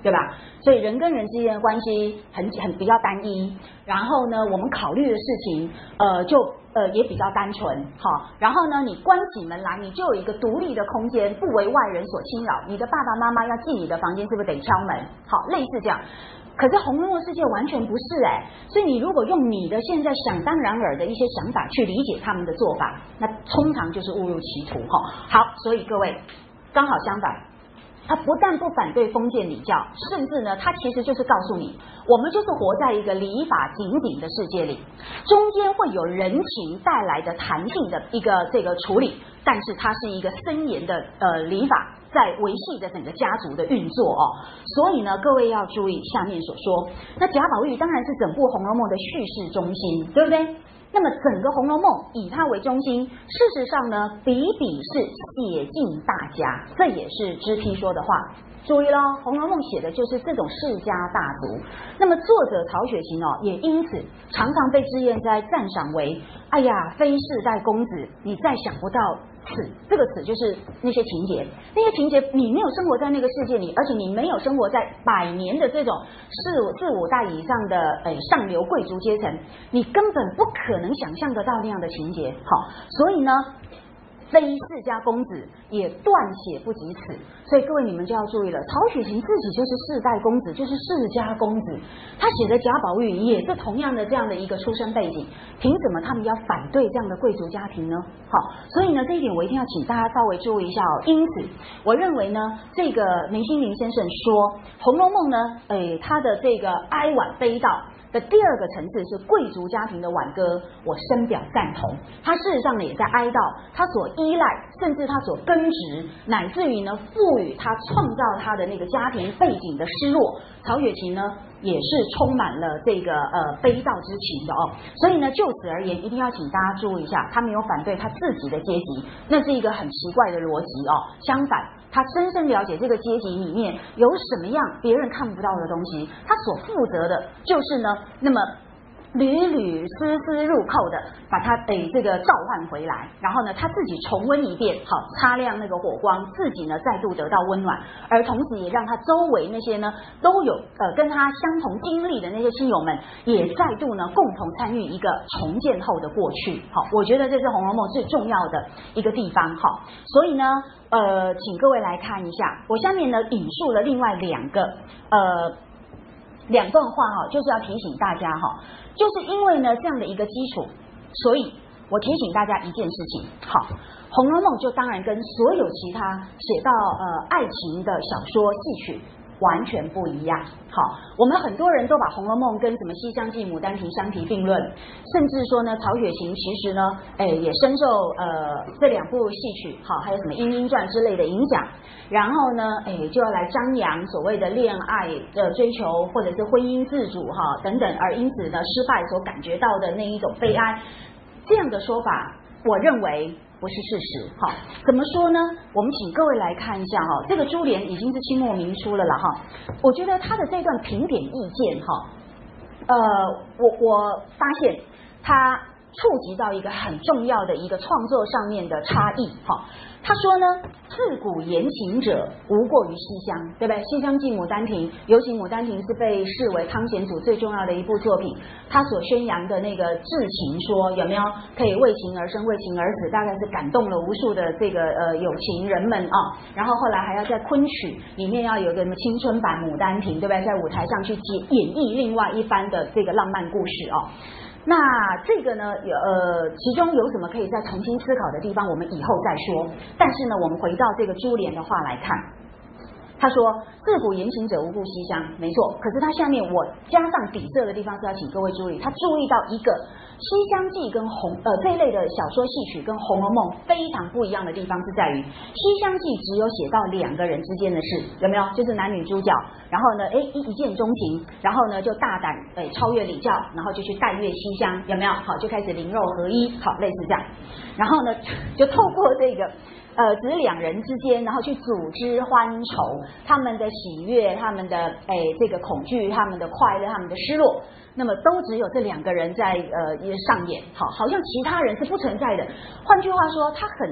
对吧？所以人跟人之间的关系很很比较单一，然后呢，我们考虑的事情，呃，就呃也比较单纯，好，然后呢，你关起门来，你就有一个独立的空间，不为外人所侵扰。你的爸爸妈妈要进你的房间，是不是得敲门？好，类似这样。可是红楼梦世界完全不是哎、欸，所以你如果用你的现在想当然尔的一些想法去理解他们的做法，那通常就是误入歧途哈。好，所以各位刚好相反，他不但不反对封建礼教，甚至呢，他其实就是告诉你，我们就是活在一个礼法紧紧的世界里，中间会有人情带来的弹性的一个这个处理，但是它是一个森严的呃礼法。在维系着整个家族的运作哦，所以呢，各位要注意下面所说。那贾宝玉当然是整部《红楼梦》的叙事中心，对不对？那么整个《红楼梦》以它为中心，事实上呢，比比是写尽大家，这也是支批说的话。注意咯，《红楼梦》写的就是这种世家大族。那么作者曹雪芹哦，也因此常常被脂砚斋赞赏为，哎呀，非世代公子，你再想不到。此这个此就是那些情节，那些情节你没有生活在那个世界里，而且你没有生活在百年的这种四五四五代以上的诶上流贵族阶层，你根本不可能想象得到那样的情节。好，所以呢，非世家公子也断写不及此。所以各位你们就要注意了，曹雪芹自己就是世代公子，就是世家公子，他写的贾宝玉也是同样的这样的一个出身背景，凭什么他们要反对这样的贵族家庭呢？好，所以呢这一点我一定要请大家稍微注意一下哦。因此我认为呢，这个梅心凌先生说《红楼梦》呢，诶，他的这个哀婉悲悼的第二个层次是贵族家庭的挽歌，我深表赞同。他事实上呢也在哀悼他所依赖，甚至他所根植，乃至于呢赋予他创造他的那个家庭背景的失落。曹雪芹呢也是充满了这个呃悲悼之情的哦。所以呢就此而言，一定要请大家注意一下，他没有反对他自己的阶级，那是一个很奇怪的逻辑哦。相反，他深深了解这个阶级里面有什么样别人看不到的东西，他所负责的就是呢，那么屡屡丝丝入扣的把它诶这个召唤回来，然后呢他自己重温一遍，好擦亮那个火光，自己呢再度得到温暖，而同时也让他周围那些呢都有呃跟他相同经历的那些亲友们也再度呢共同参与一个重建后的过去。好，我觉得这是《红楼梦》最重要的一个地方。好，所以呢呃请各位来看一下，我下面呢引述了另外两个呃两段话哈，就是要提醒大家哈，就是因为呢这样的一个基础，所以我提醒大家一件事情。好，《红楼梦》就当然跟所有其他写到呃爱情的小说戏曲完全不一样。好，我们很多人都把《红楼梦》跟什么《西厢记》《牡丹亭》相提并论，甚至说呢，曹雪芹其实呢，哎，也深受呃这两部戏曲，好，还有什么《莺莺传》之类的影响，然后呢，哎，就要来张扬所谓的恋爱的追求，或者是婚姻自主哈等等，而因此呢失败所感觉到的那一种悲哀，这样的说法，我认为不是事实。好，怎么说呢？我们请各位来看一下哈，这个珠帘已经是清末明初了啦哈。我觉得他的这段评点意见哈，呃，我我发现他触及到一个很重要的一个创作上面的差异哈。他说呢，自古言情者无过于西厢，对不对？西厢记、牡丹亭，尤其牡丹亭是被视为汤显祖最重要的一部作品，他所宣扬的那个至情说，有没有可以为情而生、为情而死，大概是感动了无数的这个呃有情人们啊。然后后来还要在昆曲里面要有个什么青春版牡丹亭，对不对？在舞台上去演演绎另外一番的这个浪漫故事啊。那这个呢，呃，其中有什么可以再重新思考的地方，我们以后再说。但是呢，我们回到这个珠帘的话来看，他说自古言情者无故西厢，没错。可是他下面我加上底色的地方是要请各位注意，他注意到一个西厢记跟红呃这一类的小说戏曲跟红楼梦非常不一样的地方是在于，西厢记只有写到两个人之间的事，有没有？就是男女主角，然后呢，哎一一见钟情，然后呢就大胆哎超越礼教，然后就去带月西厢，有没有？好，就开始灵肉合一，好，类似这样。然后呢，就透过这个。呃，只是两人之间，然后去组织欢愁，他们的喜悦，他们的哎这个恐惧，他们的快乐，他们的失落，那么都只有这两个人在呃上演，好，好像其他人是不存在的。换句话说，他很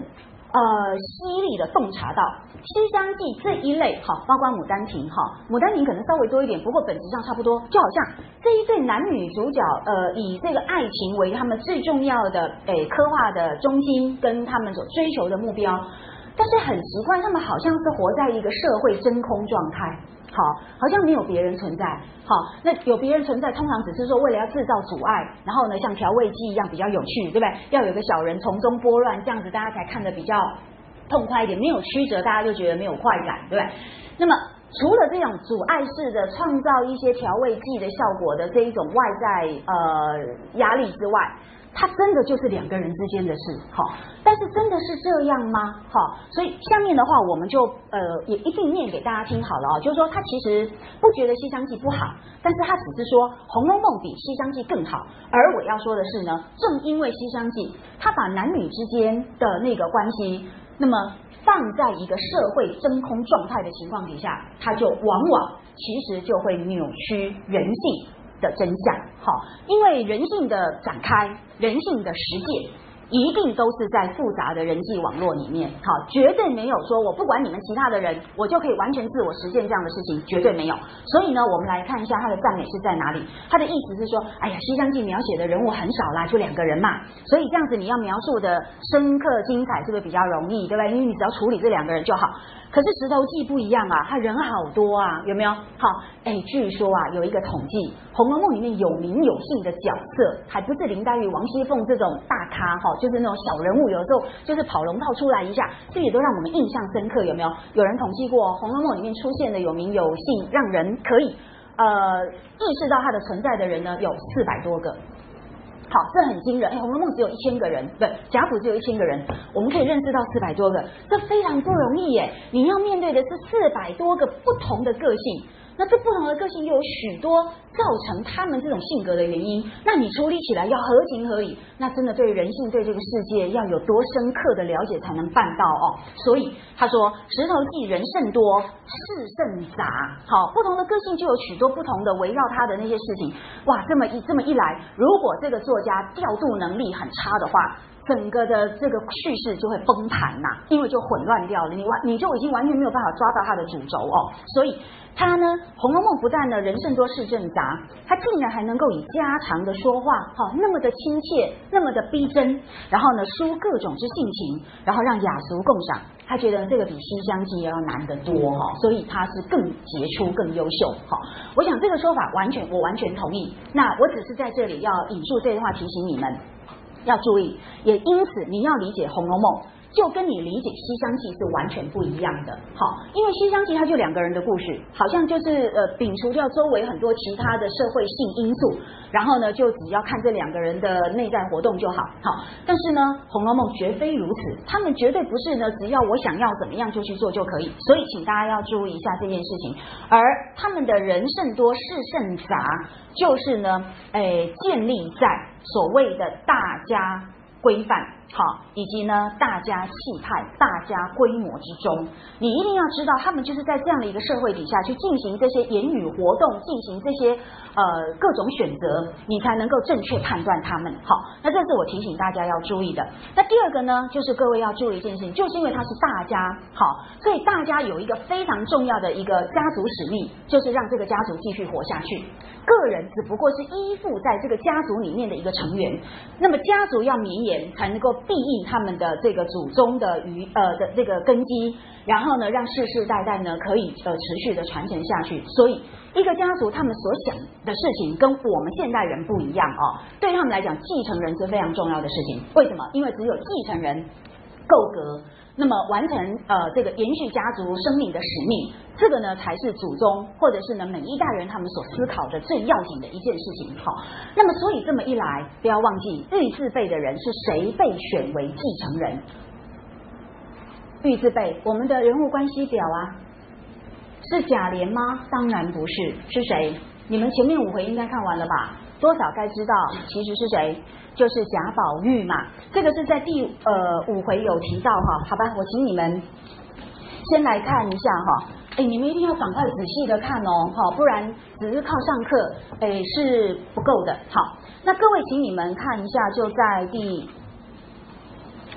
呃犀利的洞察到西厢记这一类，好，包括牡丹亭，哈，牡丹亭可能稍微多一点，不过本质上差不多，就好像这一对男女主角，呃，以这个爱情为他们最重要的诶刻画的中心跟他们所追求的目标，但是很奇怪，他们好像是活在一个社会真空状态。好，好像没有别人存在。好，那有别人存在，通常只是说为了要制造阻碍，然后呢，像调味剂一样比较有趣，对不对？要有个小人从中拨乱，这样子大家才看得比较痛快一点。没有曲折，大家就觉得没有快感，对不对？那么除了这种阻碍式的创造一些调味剂的效果的这一种外在呃压力之外，它真的就是两个人之间的事，好，但是真的是这样吗？好，所以下面的话我们就呃也一并念给大家听好了啊，就是说他其实不觉得《西厢记》不好，但是他只是说《红楼梦》比《西厢记》更好。而我要说的是呢，正因为《西厢记》他把男女之间的那个关系，那么放在一个社会真空状态的情况底下，他就往往其实就会扭曲人性的真相。好，因为人性的展开，人性的实践一定都是在复杂的人际网络里面，好，绝对没有说我不管你们其他的人，我就可以完全自我实现这样的事情，绝对没有。所以呢，我们来看一下他的赞美是在哪里。他的意思是说，哎呀，《西厢记》描写的人物很少啦，就两个人嘛，所以这样子你要描述的深刻精彩，是不是比较容易，对吧？因为你只要处理这两个人就好。可是《石头记》不一样啊，他人好多啊，有没有？好，哎，据说啊，有一个统计，《红楼梦》里面有名有姓的角色，还不是林黛玉、王熙凤这种大咖哈，就是那种小人物，有时候就是跑龙套出来一下，这也都让我们印象深刻，有没有？有人统计过，《红楼梦》里面出现的有名有姓，让人可以呃意识到它的存在的人呢，有四百多个。好，这很惊人。哎，《红楼梦》只有一千个人，对，贾府只有一千个人，我们可以认识到四百多个，这非常不容易耶。你要面对的是四百多个不同的个性，那这不同的个性又有许多造成他们这种性格的原因，那你处理起来要合情合理，那真的对人性对这个世界要有多深刻的了解才能办到哦。所以他说，石头记人甚多，事甚杂。好，不同的个性就有许多不同的围绕他的那些事情。哇，这么一这么一来，如果这个作家调度能力很差的话，整个的这个叙事就会崩盘呐、啊，因为就混乱掉了，你完你就已经完全没有办法抓到它的主轴哦。所以他呢，《红楼梦》不但呢人甚多事甚杂，他竟然还能够以家常的说话，哈、哦，那么的亲切，那么的逼真，然后呢抒各种之性情，然后让雅俗共赏。他觉得这个比《西厢记》要难得多哈、哦，所以他是更杰出、更优秀。哈、哦，我想这个说法完全我完全同意。那我只是在这里要引述这句话提醒你们。要注意，也因此你要理解《红楼梦》，就跟你理解《西厢记》是完全不一样的。好，因为《西厢记》它就两个人的故事，好像就是呃摒除掉周围很多其他的社会性因素，然后呢就只要看这两个人的内在活动就好。好，但是呢，《红楼梦》绝非如此，他们绝对不是呢只要我想要怎么样就去做就可以。所以请大家要注意一下这件事情。而他们的人甚多事甚杂，就是呢，诶建立在所谓的大家规范，好，以及呢大家气派、大家规模之中，你一定要知道，他们就是在这样的一个社会底下去进行这些言语活动，进行这些呃各种选择，你才能够正确判断他们。好，那这是我提醒大家要注意的。那第二个呢，就是各位要注意一件事情，就是因为它是大家，好，所以大家有一个非常重要的一个家族使命，就是让这个家族继续活下去。个人只不过是依附在这个家族里面的一个成员，那么家族要绵延，才能够庇应他们的这个祖宗的余呃的这个根基，然后呢，让世世代代呢可以呃持续的传承下去。所以，一个家族他们所想的事情跟我们现代人不一样哦。对他们来讲，继承人是非常重要的事情。为什么？因为只有继承人够格，那么完成呃这个延续家族生命的使命，这个呢才是祖宗或者是呢每一代人他们所思考的最要紧的一件事情。好，那么所以这么一来，不要忘记玉字辈的人是谁被选为继承人。玉字辈，我们的人物关系表啊，是贾琏吗？当然不是，是谁？你们前面五回应该看完了吧？多少该知道，其实是谁？就是贾宝玉嘛。这个是在第呃五回有提到哈，好吧，我请你们先来看一下哈。哎，你们一定要赶快仔细的看哦，哈，不然只是靠上课，哎是不够的。好，那各位请你们看一下，就在第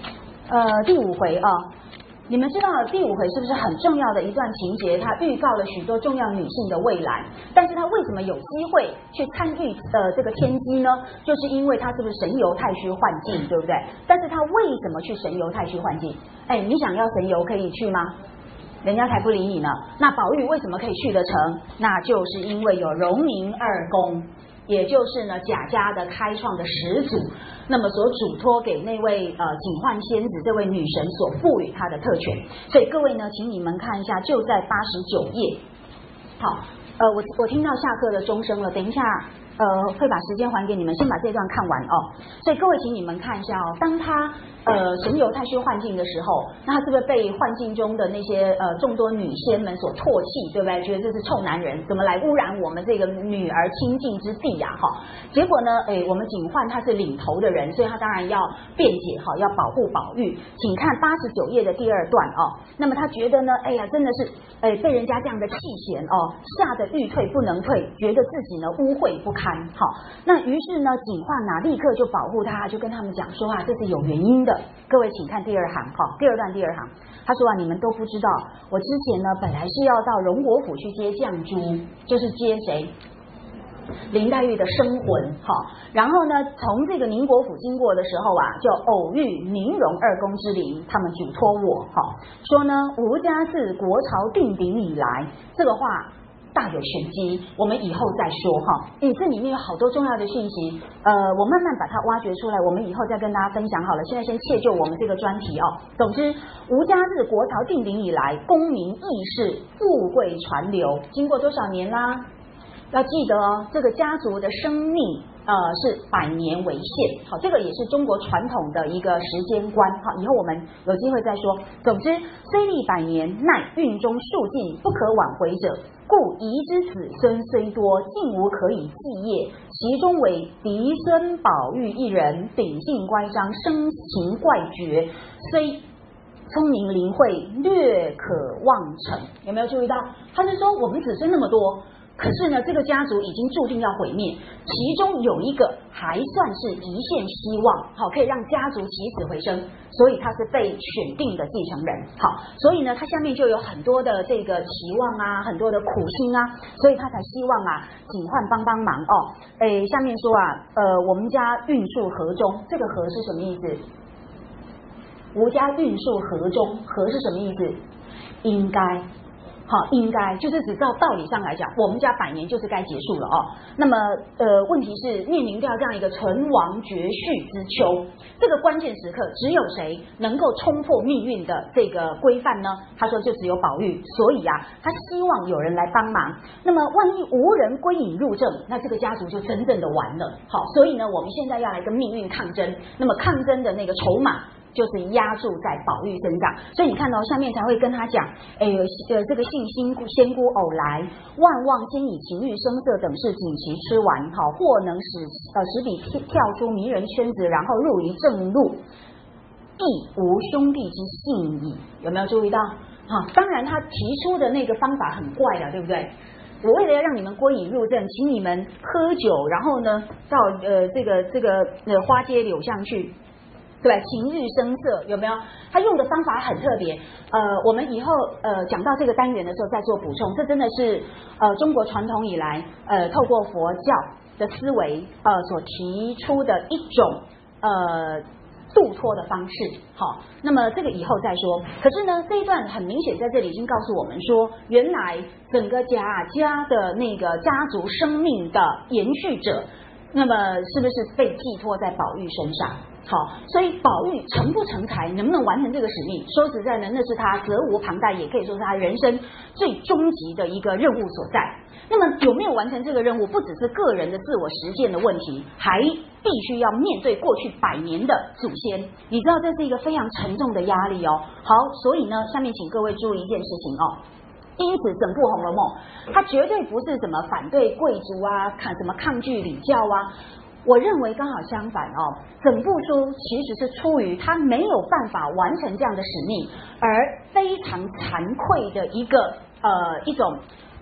呃，第五回啊。你们知道第五回是不是很重要的一段情节？它预告了许多重要女性的未来，但是她为什么有机会去参与呃这个天机呢？就是因为她是不是神游太虚幻境，对不对？但是她为什么去神游太虚幻境？哎，你想要神游可以去吗？人家才不理你呢。那宝玉为什么可以去得成？那就是因为有荣宁二公。也就是呢，贾家的开创的始祖，那么所嘱托给那位呃警幻仙子这位女神所赋予她的特权。所以各位呢，请你们看一下，就在八十九页。好，呃，我我听到下课的钟声了，等一下呃会把时间还给你们，先把这段看完哦。所以各位，请你们看一下哦，当他呃神游太虚幻境的时候，那他是不是被幻境中的那些呃众多女仙们所唾弃，对不对？觉得这是臭男人，怎么来污染我们这个女儿清净之地呀、啊？哈，结果呢，哎，我们警幻他是领头的人，所以他当然要辩解哈，要保护宝玉。请看八十九页的第二段哦。那么他觉得呢，哎呀，真的是哎被人家这样的弃嫌哦，吓得欲退不能退，觉得自己呢污秽不堪。好，那于是呢，警幻哪立刻就保护他，就跟他们讲说啊，这是有原因的。各位请看第二行哈，第二段第二行，他说啊，你们都不知道，我之前呢本来是要到荣国府去接绛珠，就是接谁？林黛玉的生魂哈。然后呢，从这个宁国府经过的时候啊，就偶遇宁荣二公之灵，他们嘱托我哈，说呢，吴家自国朝定鼎以来，这个话大有玄机，我们以后再说哈。诶，这里面有好多重要的讯息，呃，我慢慢把它挖掘出来，我们以后再跟大家分享好了。现在先切就我们这个专题哦。总之，吴家自国朝定鼎以来，功名义士，富贵传流，经过多少年啦？要记得哦，这个家族的生命呃是百年为限，好，这个也是中国传统的一个时间观，好，以后我们有机会再说。总之，虽历百年，奈运中数尽，不可挽回者，故遗之子孙虽多，竟无可以继业。其中为嫡孙宝玉一人，秉性乖张，生情怪绝，虽聪明灵慧，略可望成。有没有注意到？他是说我们子孙那么多。可是呢，这个家族已经注定要毁灭，其中有一个还算是一线希望，好，可以让家族起死回生，所以他是被选定的继承人。好，所以呢，他下面就有很多的这个期望啊，很多的苦心啊，所以他才希望啊，警幻帮帮忙哦。诶，下面说啊，呃，我们家运数河中，这个河是什么意思？吴家运数河中，河是什么意思？应该。好，应该就是只照道理上来讲，我们家百年就是该结束了哦。那么，呃，问题是面临掉这样一个存亡绝续之秋，这个关键时刻，只有谁能够冲破命运的这个规范呢？他说，就只有宝玉。所以啊，他希望有人来帮忙。那么，万一无人归隐入正，那这个家族就真正的完了。好，所以呢，我们现在要来跟命运抗争。那么，抗争的那个筹码。就是压注在宝玉身上，所以你看到、哦、下面才会跟他讲，哎，呃，这个信心仙姑偶来，万望先以情欲声色等事锦其吃完，好，或能使呃使彼跳出迷人圈子，然后入于正路，亦无兄弟之信矣。有没有注意到？好，当然他提出的那个方法很怪了，对不对？我为了要让你们归隐入正，请你们喝酒，然后呢，到呃这个这个呃花街柳巷去。对吧？情欲声色有没有？他用的方法很特别。呃，我们以后呃讲到这个单元的时候再做补充。这真的是呃中国传统以来呃透过佛教的思维呃所提出的一种呃度脱的方式。好，那么这个以后再说。可是呢，这一段很明显在这里已经告诉我们说，原来整个贾家的那个家族生命的延续者，那么是不是被寄托在宝玉身上？好，所以宝玉成不成才，能不能完成这个使命？说实在的，那是他责无旁贷，也可以说是他人生最终极的一个任务所在。那么有没有完成这个任务，不只是个人的自我实践的问题，还必须要面对过去百年的祖先。你知道这是一个非常沉重的压力哦。好，所以呢，下面请各位注意一件事情哦。因此，整部《红楼梦》它绝对不是什么反对贵族啊，看什么抗拒礼教啊。我认为刚好相反哦，整部书其实是出于他没有办法完成这样的使命，而非常惭愧的一个呃一种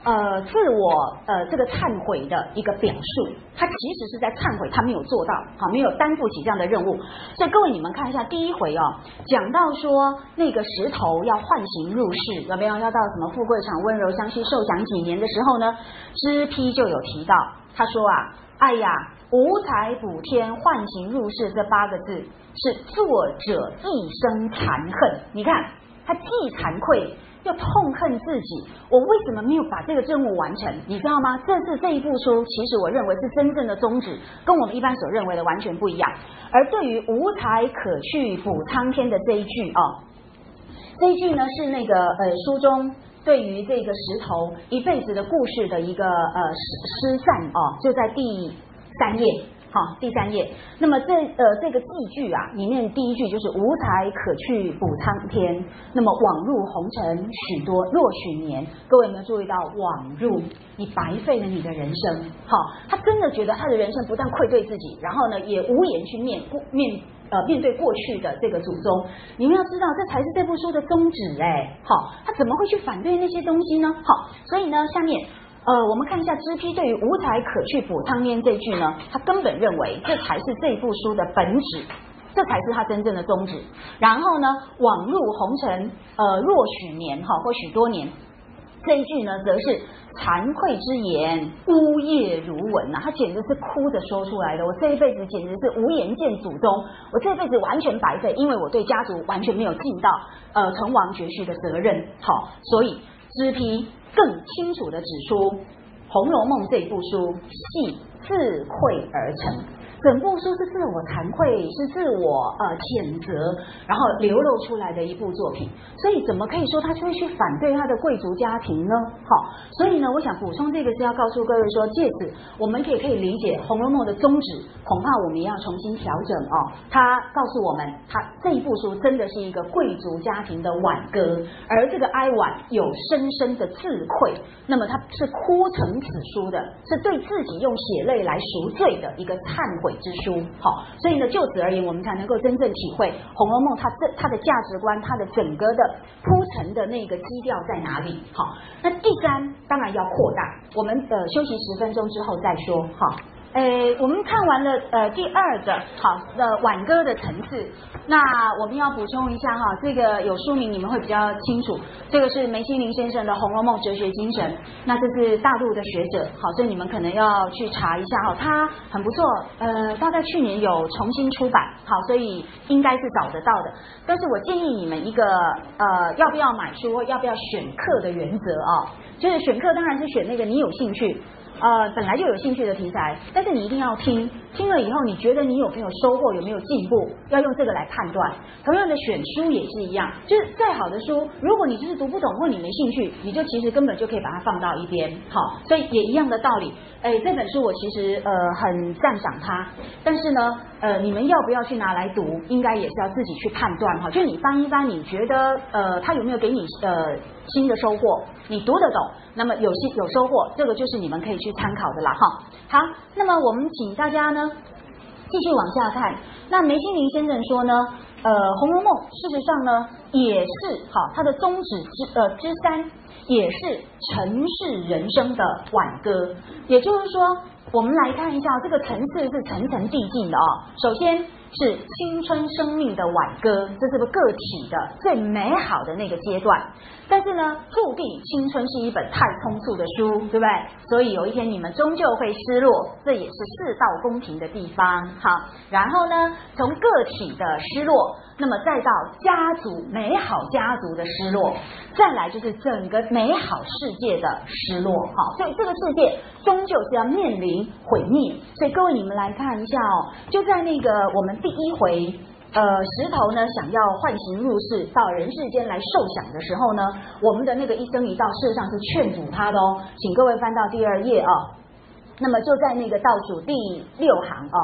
呃自我呃这个忏悔的一个表述，他其实是在忏悔他没有做到，好，没有担负起这样的任务。所以各位你们看一下第一回哦，讲到说那个石头要唤醒入世，有没有要到什么富贵场温柔乡须受享几年的时候呢？支批就有提到，他说啊，哎呀，无才补天唤醒入世这八个字是作者一生惭恨。你看他既惭愧又痛恨自己，我为什么没有把这个任务完成？你知道吗？这是这一部书，其实我认为是真正的宗旨，跟我们一般所认为的完全不一样。而对于无才可去补苍天的这一句哦，这一句呢是那个呃书中对于这个石头一辈子的故事的一个呃诗诗赞哦，就在第三页。好，第三页。那么这呃这个记句啊，里面第一句就是无才可去补苍天，那么枉入红尘许多若许年。各位有没有注意到枉入？你白费了你的人生。好，他真的觉得他的人生不但愧对自己，然后呢也无颜去面面呃面对过去的这个祖宗。你们要知道，这才是这部书的宗旨哎。好，他怎么会去反对那些东西呢？好，所以呢下面。呃，我们看一下支批对于无才可去补苍天这句呢，他根本认为这才是这部书的本旨，这才是他真正的宗旨。然后呢，枉入红尘呃若许年哈或许多年，这一句呢则是惭愧之言，呜咽如闻啊，他简直是哭着说出来的。我这一辈子简直是无颜见祖宗，我这一辈子完全白费，因为我对家族完全没有尽到呃存亡绝续的责任。好，所以支批更清楚的指出，《红楼梦》这部书系自愧而成，整部书是自我惭愧，是自我呃谴责，然后流露出来的一部作品。所以怎么可以说他就会去反对他的贵族家庭呢？好，所以呢，我想补充这个是要告诉各位说，借此我们可以可以理解《红楼梦》的宗旨，恐怕我们也要重新调整哦。他告诉我们，他这一部书真的是一个贵族家庭的挽歌，而这个哀婉有深深的自愧，那么他是哭成此书的，是对自己用血泪来赎罪的一个忏悔之书。好，所以呢，就此而言，我们才能够真正体会《红楼梦》它这它的价值观，它的整个的铺陈的那个基调在哪里。好，那第三当然要扩大，我们呃休息十分钟之后再说。好。诶，我们看完了呃第二个好的挽歌的层次，那我们要补充一下哈，这个有书名你们会比较清楚，这个是梅心凌先生的《红楼梦哲学精神》，那这是大陆的学者，好，所以你们可能要去查一下哈，他很不错，呃，大概去年有重新出版，好，所以应该是找得到的。但是我建议你们一个呃要不要买书或要不要选课的原则啊，就是选课当然是选那个你有兴趣。呃，本来就有兴趣的题材，但是你一定要听，听了以后你觉得你有没有收获，有没有进步，要用这个来判断。同样的选书也是一样，就是再好的书，如果你就是读不懂或你没兴趣，你就其实根本就可以把它放到一边。好，所以也一样的道理。哎，这本书我其实呃很赞赏它，但是呢，呃，你们要不要去拿来读，应该也是要自己去判断哈。就你翻一翻，你觉得呃它有没有给你呃新的收获，你读得懂，那么有新有收获，这个就是你们可以去参考的啦哈。好，那么我们请大家呢继续往下看。那梅心凌先生说呢，呃，《红楼梦》事实上呢也是好，它的宗旨之呃之三也是尘世人生的挽歌，也就是说，我们来看一下这个层次是层层递进的哦。首先是青春生命的挽歌，这是个个体的最美好的那个阶段。但是呢，注定青春是一本太匆促的书，对不对？所以有一天你们终究会失落，这也是世道公平的地方。好，然后呢，从个体的失落，那么再到家族美好家族的失落，再来就是整个美好世界的失落。好，所以这个世界终究是要面临毁灭。所以各位你们来看一下哦，就在那个我们第一回。呃，石头呢想要唤醒入世，到人世间来受享的时候呢，我们的那个一生一道事实上是劝阻他的哦，请各位翻到第二页哦。那么就在那个倒数第六行哦，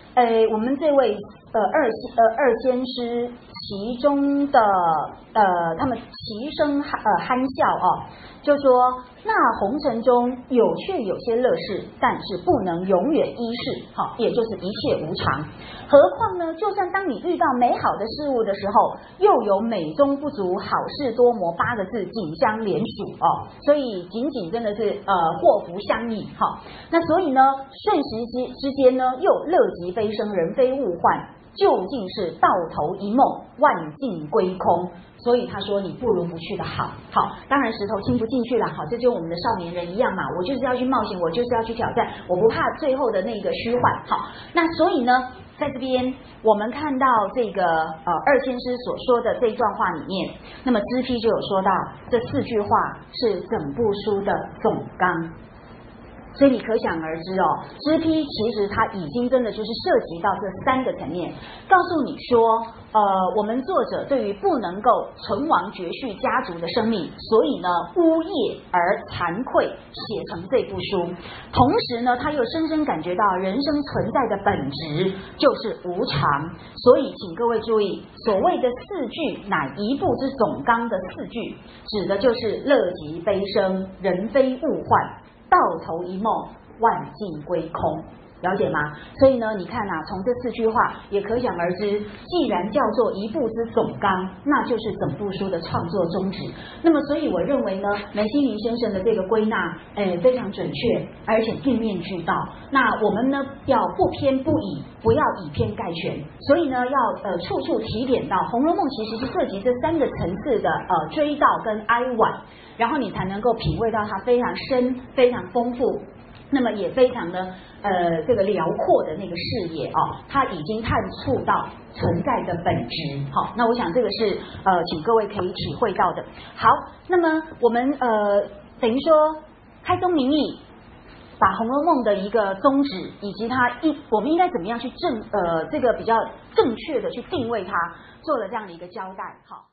呃，我们这位呃二呃二仙师其中的呃他们齐声呃憨笑哦，就说那红尘中有却有些乐事，但是不能永远依世，好、哦，也就是一切无常。何况呢，就算当你遇到美好的事物的时候，又有美中不足，好事多磨八个字紧相连属哦，所以仅仅真的是呃祸福相依哈、哦。那所以呢，瞬时之之间呢，又乐极悲生，人非物换，究竟是到头一梦，万境归空。所以他说你不如不去的好。好，当然石头听不进去了。好，这就我们的少年人一样嘛，我就是要去冒险，我就是要去挑战，我不怕最后的那个虚幻。好，那所以呢，在这边我们看到这个呃二仙师所说的这一段话里面，那么支批就有说到这四句话是整部书的总纲。所以你可想而知哦，支批其实它已经真的就是涉及到这三个层面，告诉你说，呃，我们作者对于不能够存亡绝续家族的生命，所以呢呜咽而惭愧，写成这部书。同时呢，他又深深感觉到人生存在的本质就是无常，所以请各位注意，所谓的四句乃一部之总纲的四句，指的就是乐极悲生，人非物换。到头一梦，万境归空，了解吗？所以呢，你看啊，从这四句话也可想而知，既然叫做一部之总纲，那就是整部书的创作宗旨。那么，所以我认为呢，梅西林先生的这个归纳，诶，非常准确，而且面面俱到。那我们呢，要不偏不倚，不要以偏概全。所以呢，要呃处处提点到，《红楼梦》其实是涉及这三个层次的呃追悼跟哀婉。然后你才能够品味到它非常深、非常丰富，那么也非常的呃这个辽阔的那个视野哦，它已经探触到存在的本质。好、哦，那我想这个是呃，请各位可以体会到的。好，那么我们呃等于说开宗明义，把《红楼梦》的一个宗旨以及它一我们应该怎么样去正呃这个比较正确的去定位它，做了这样的一个交代。好。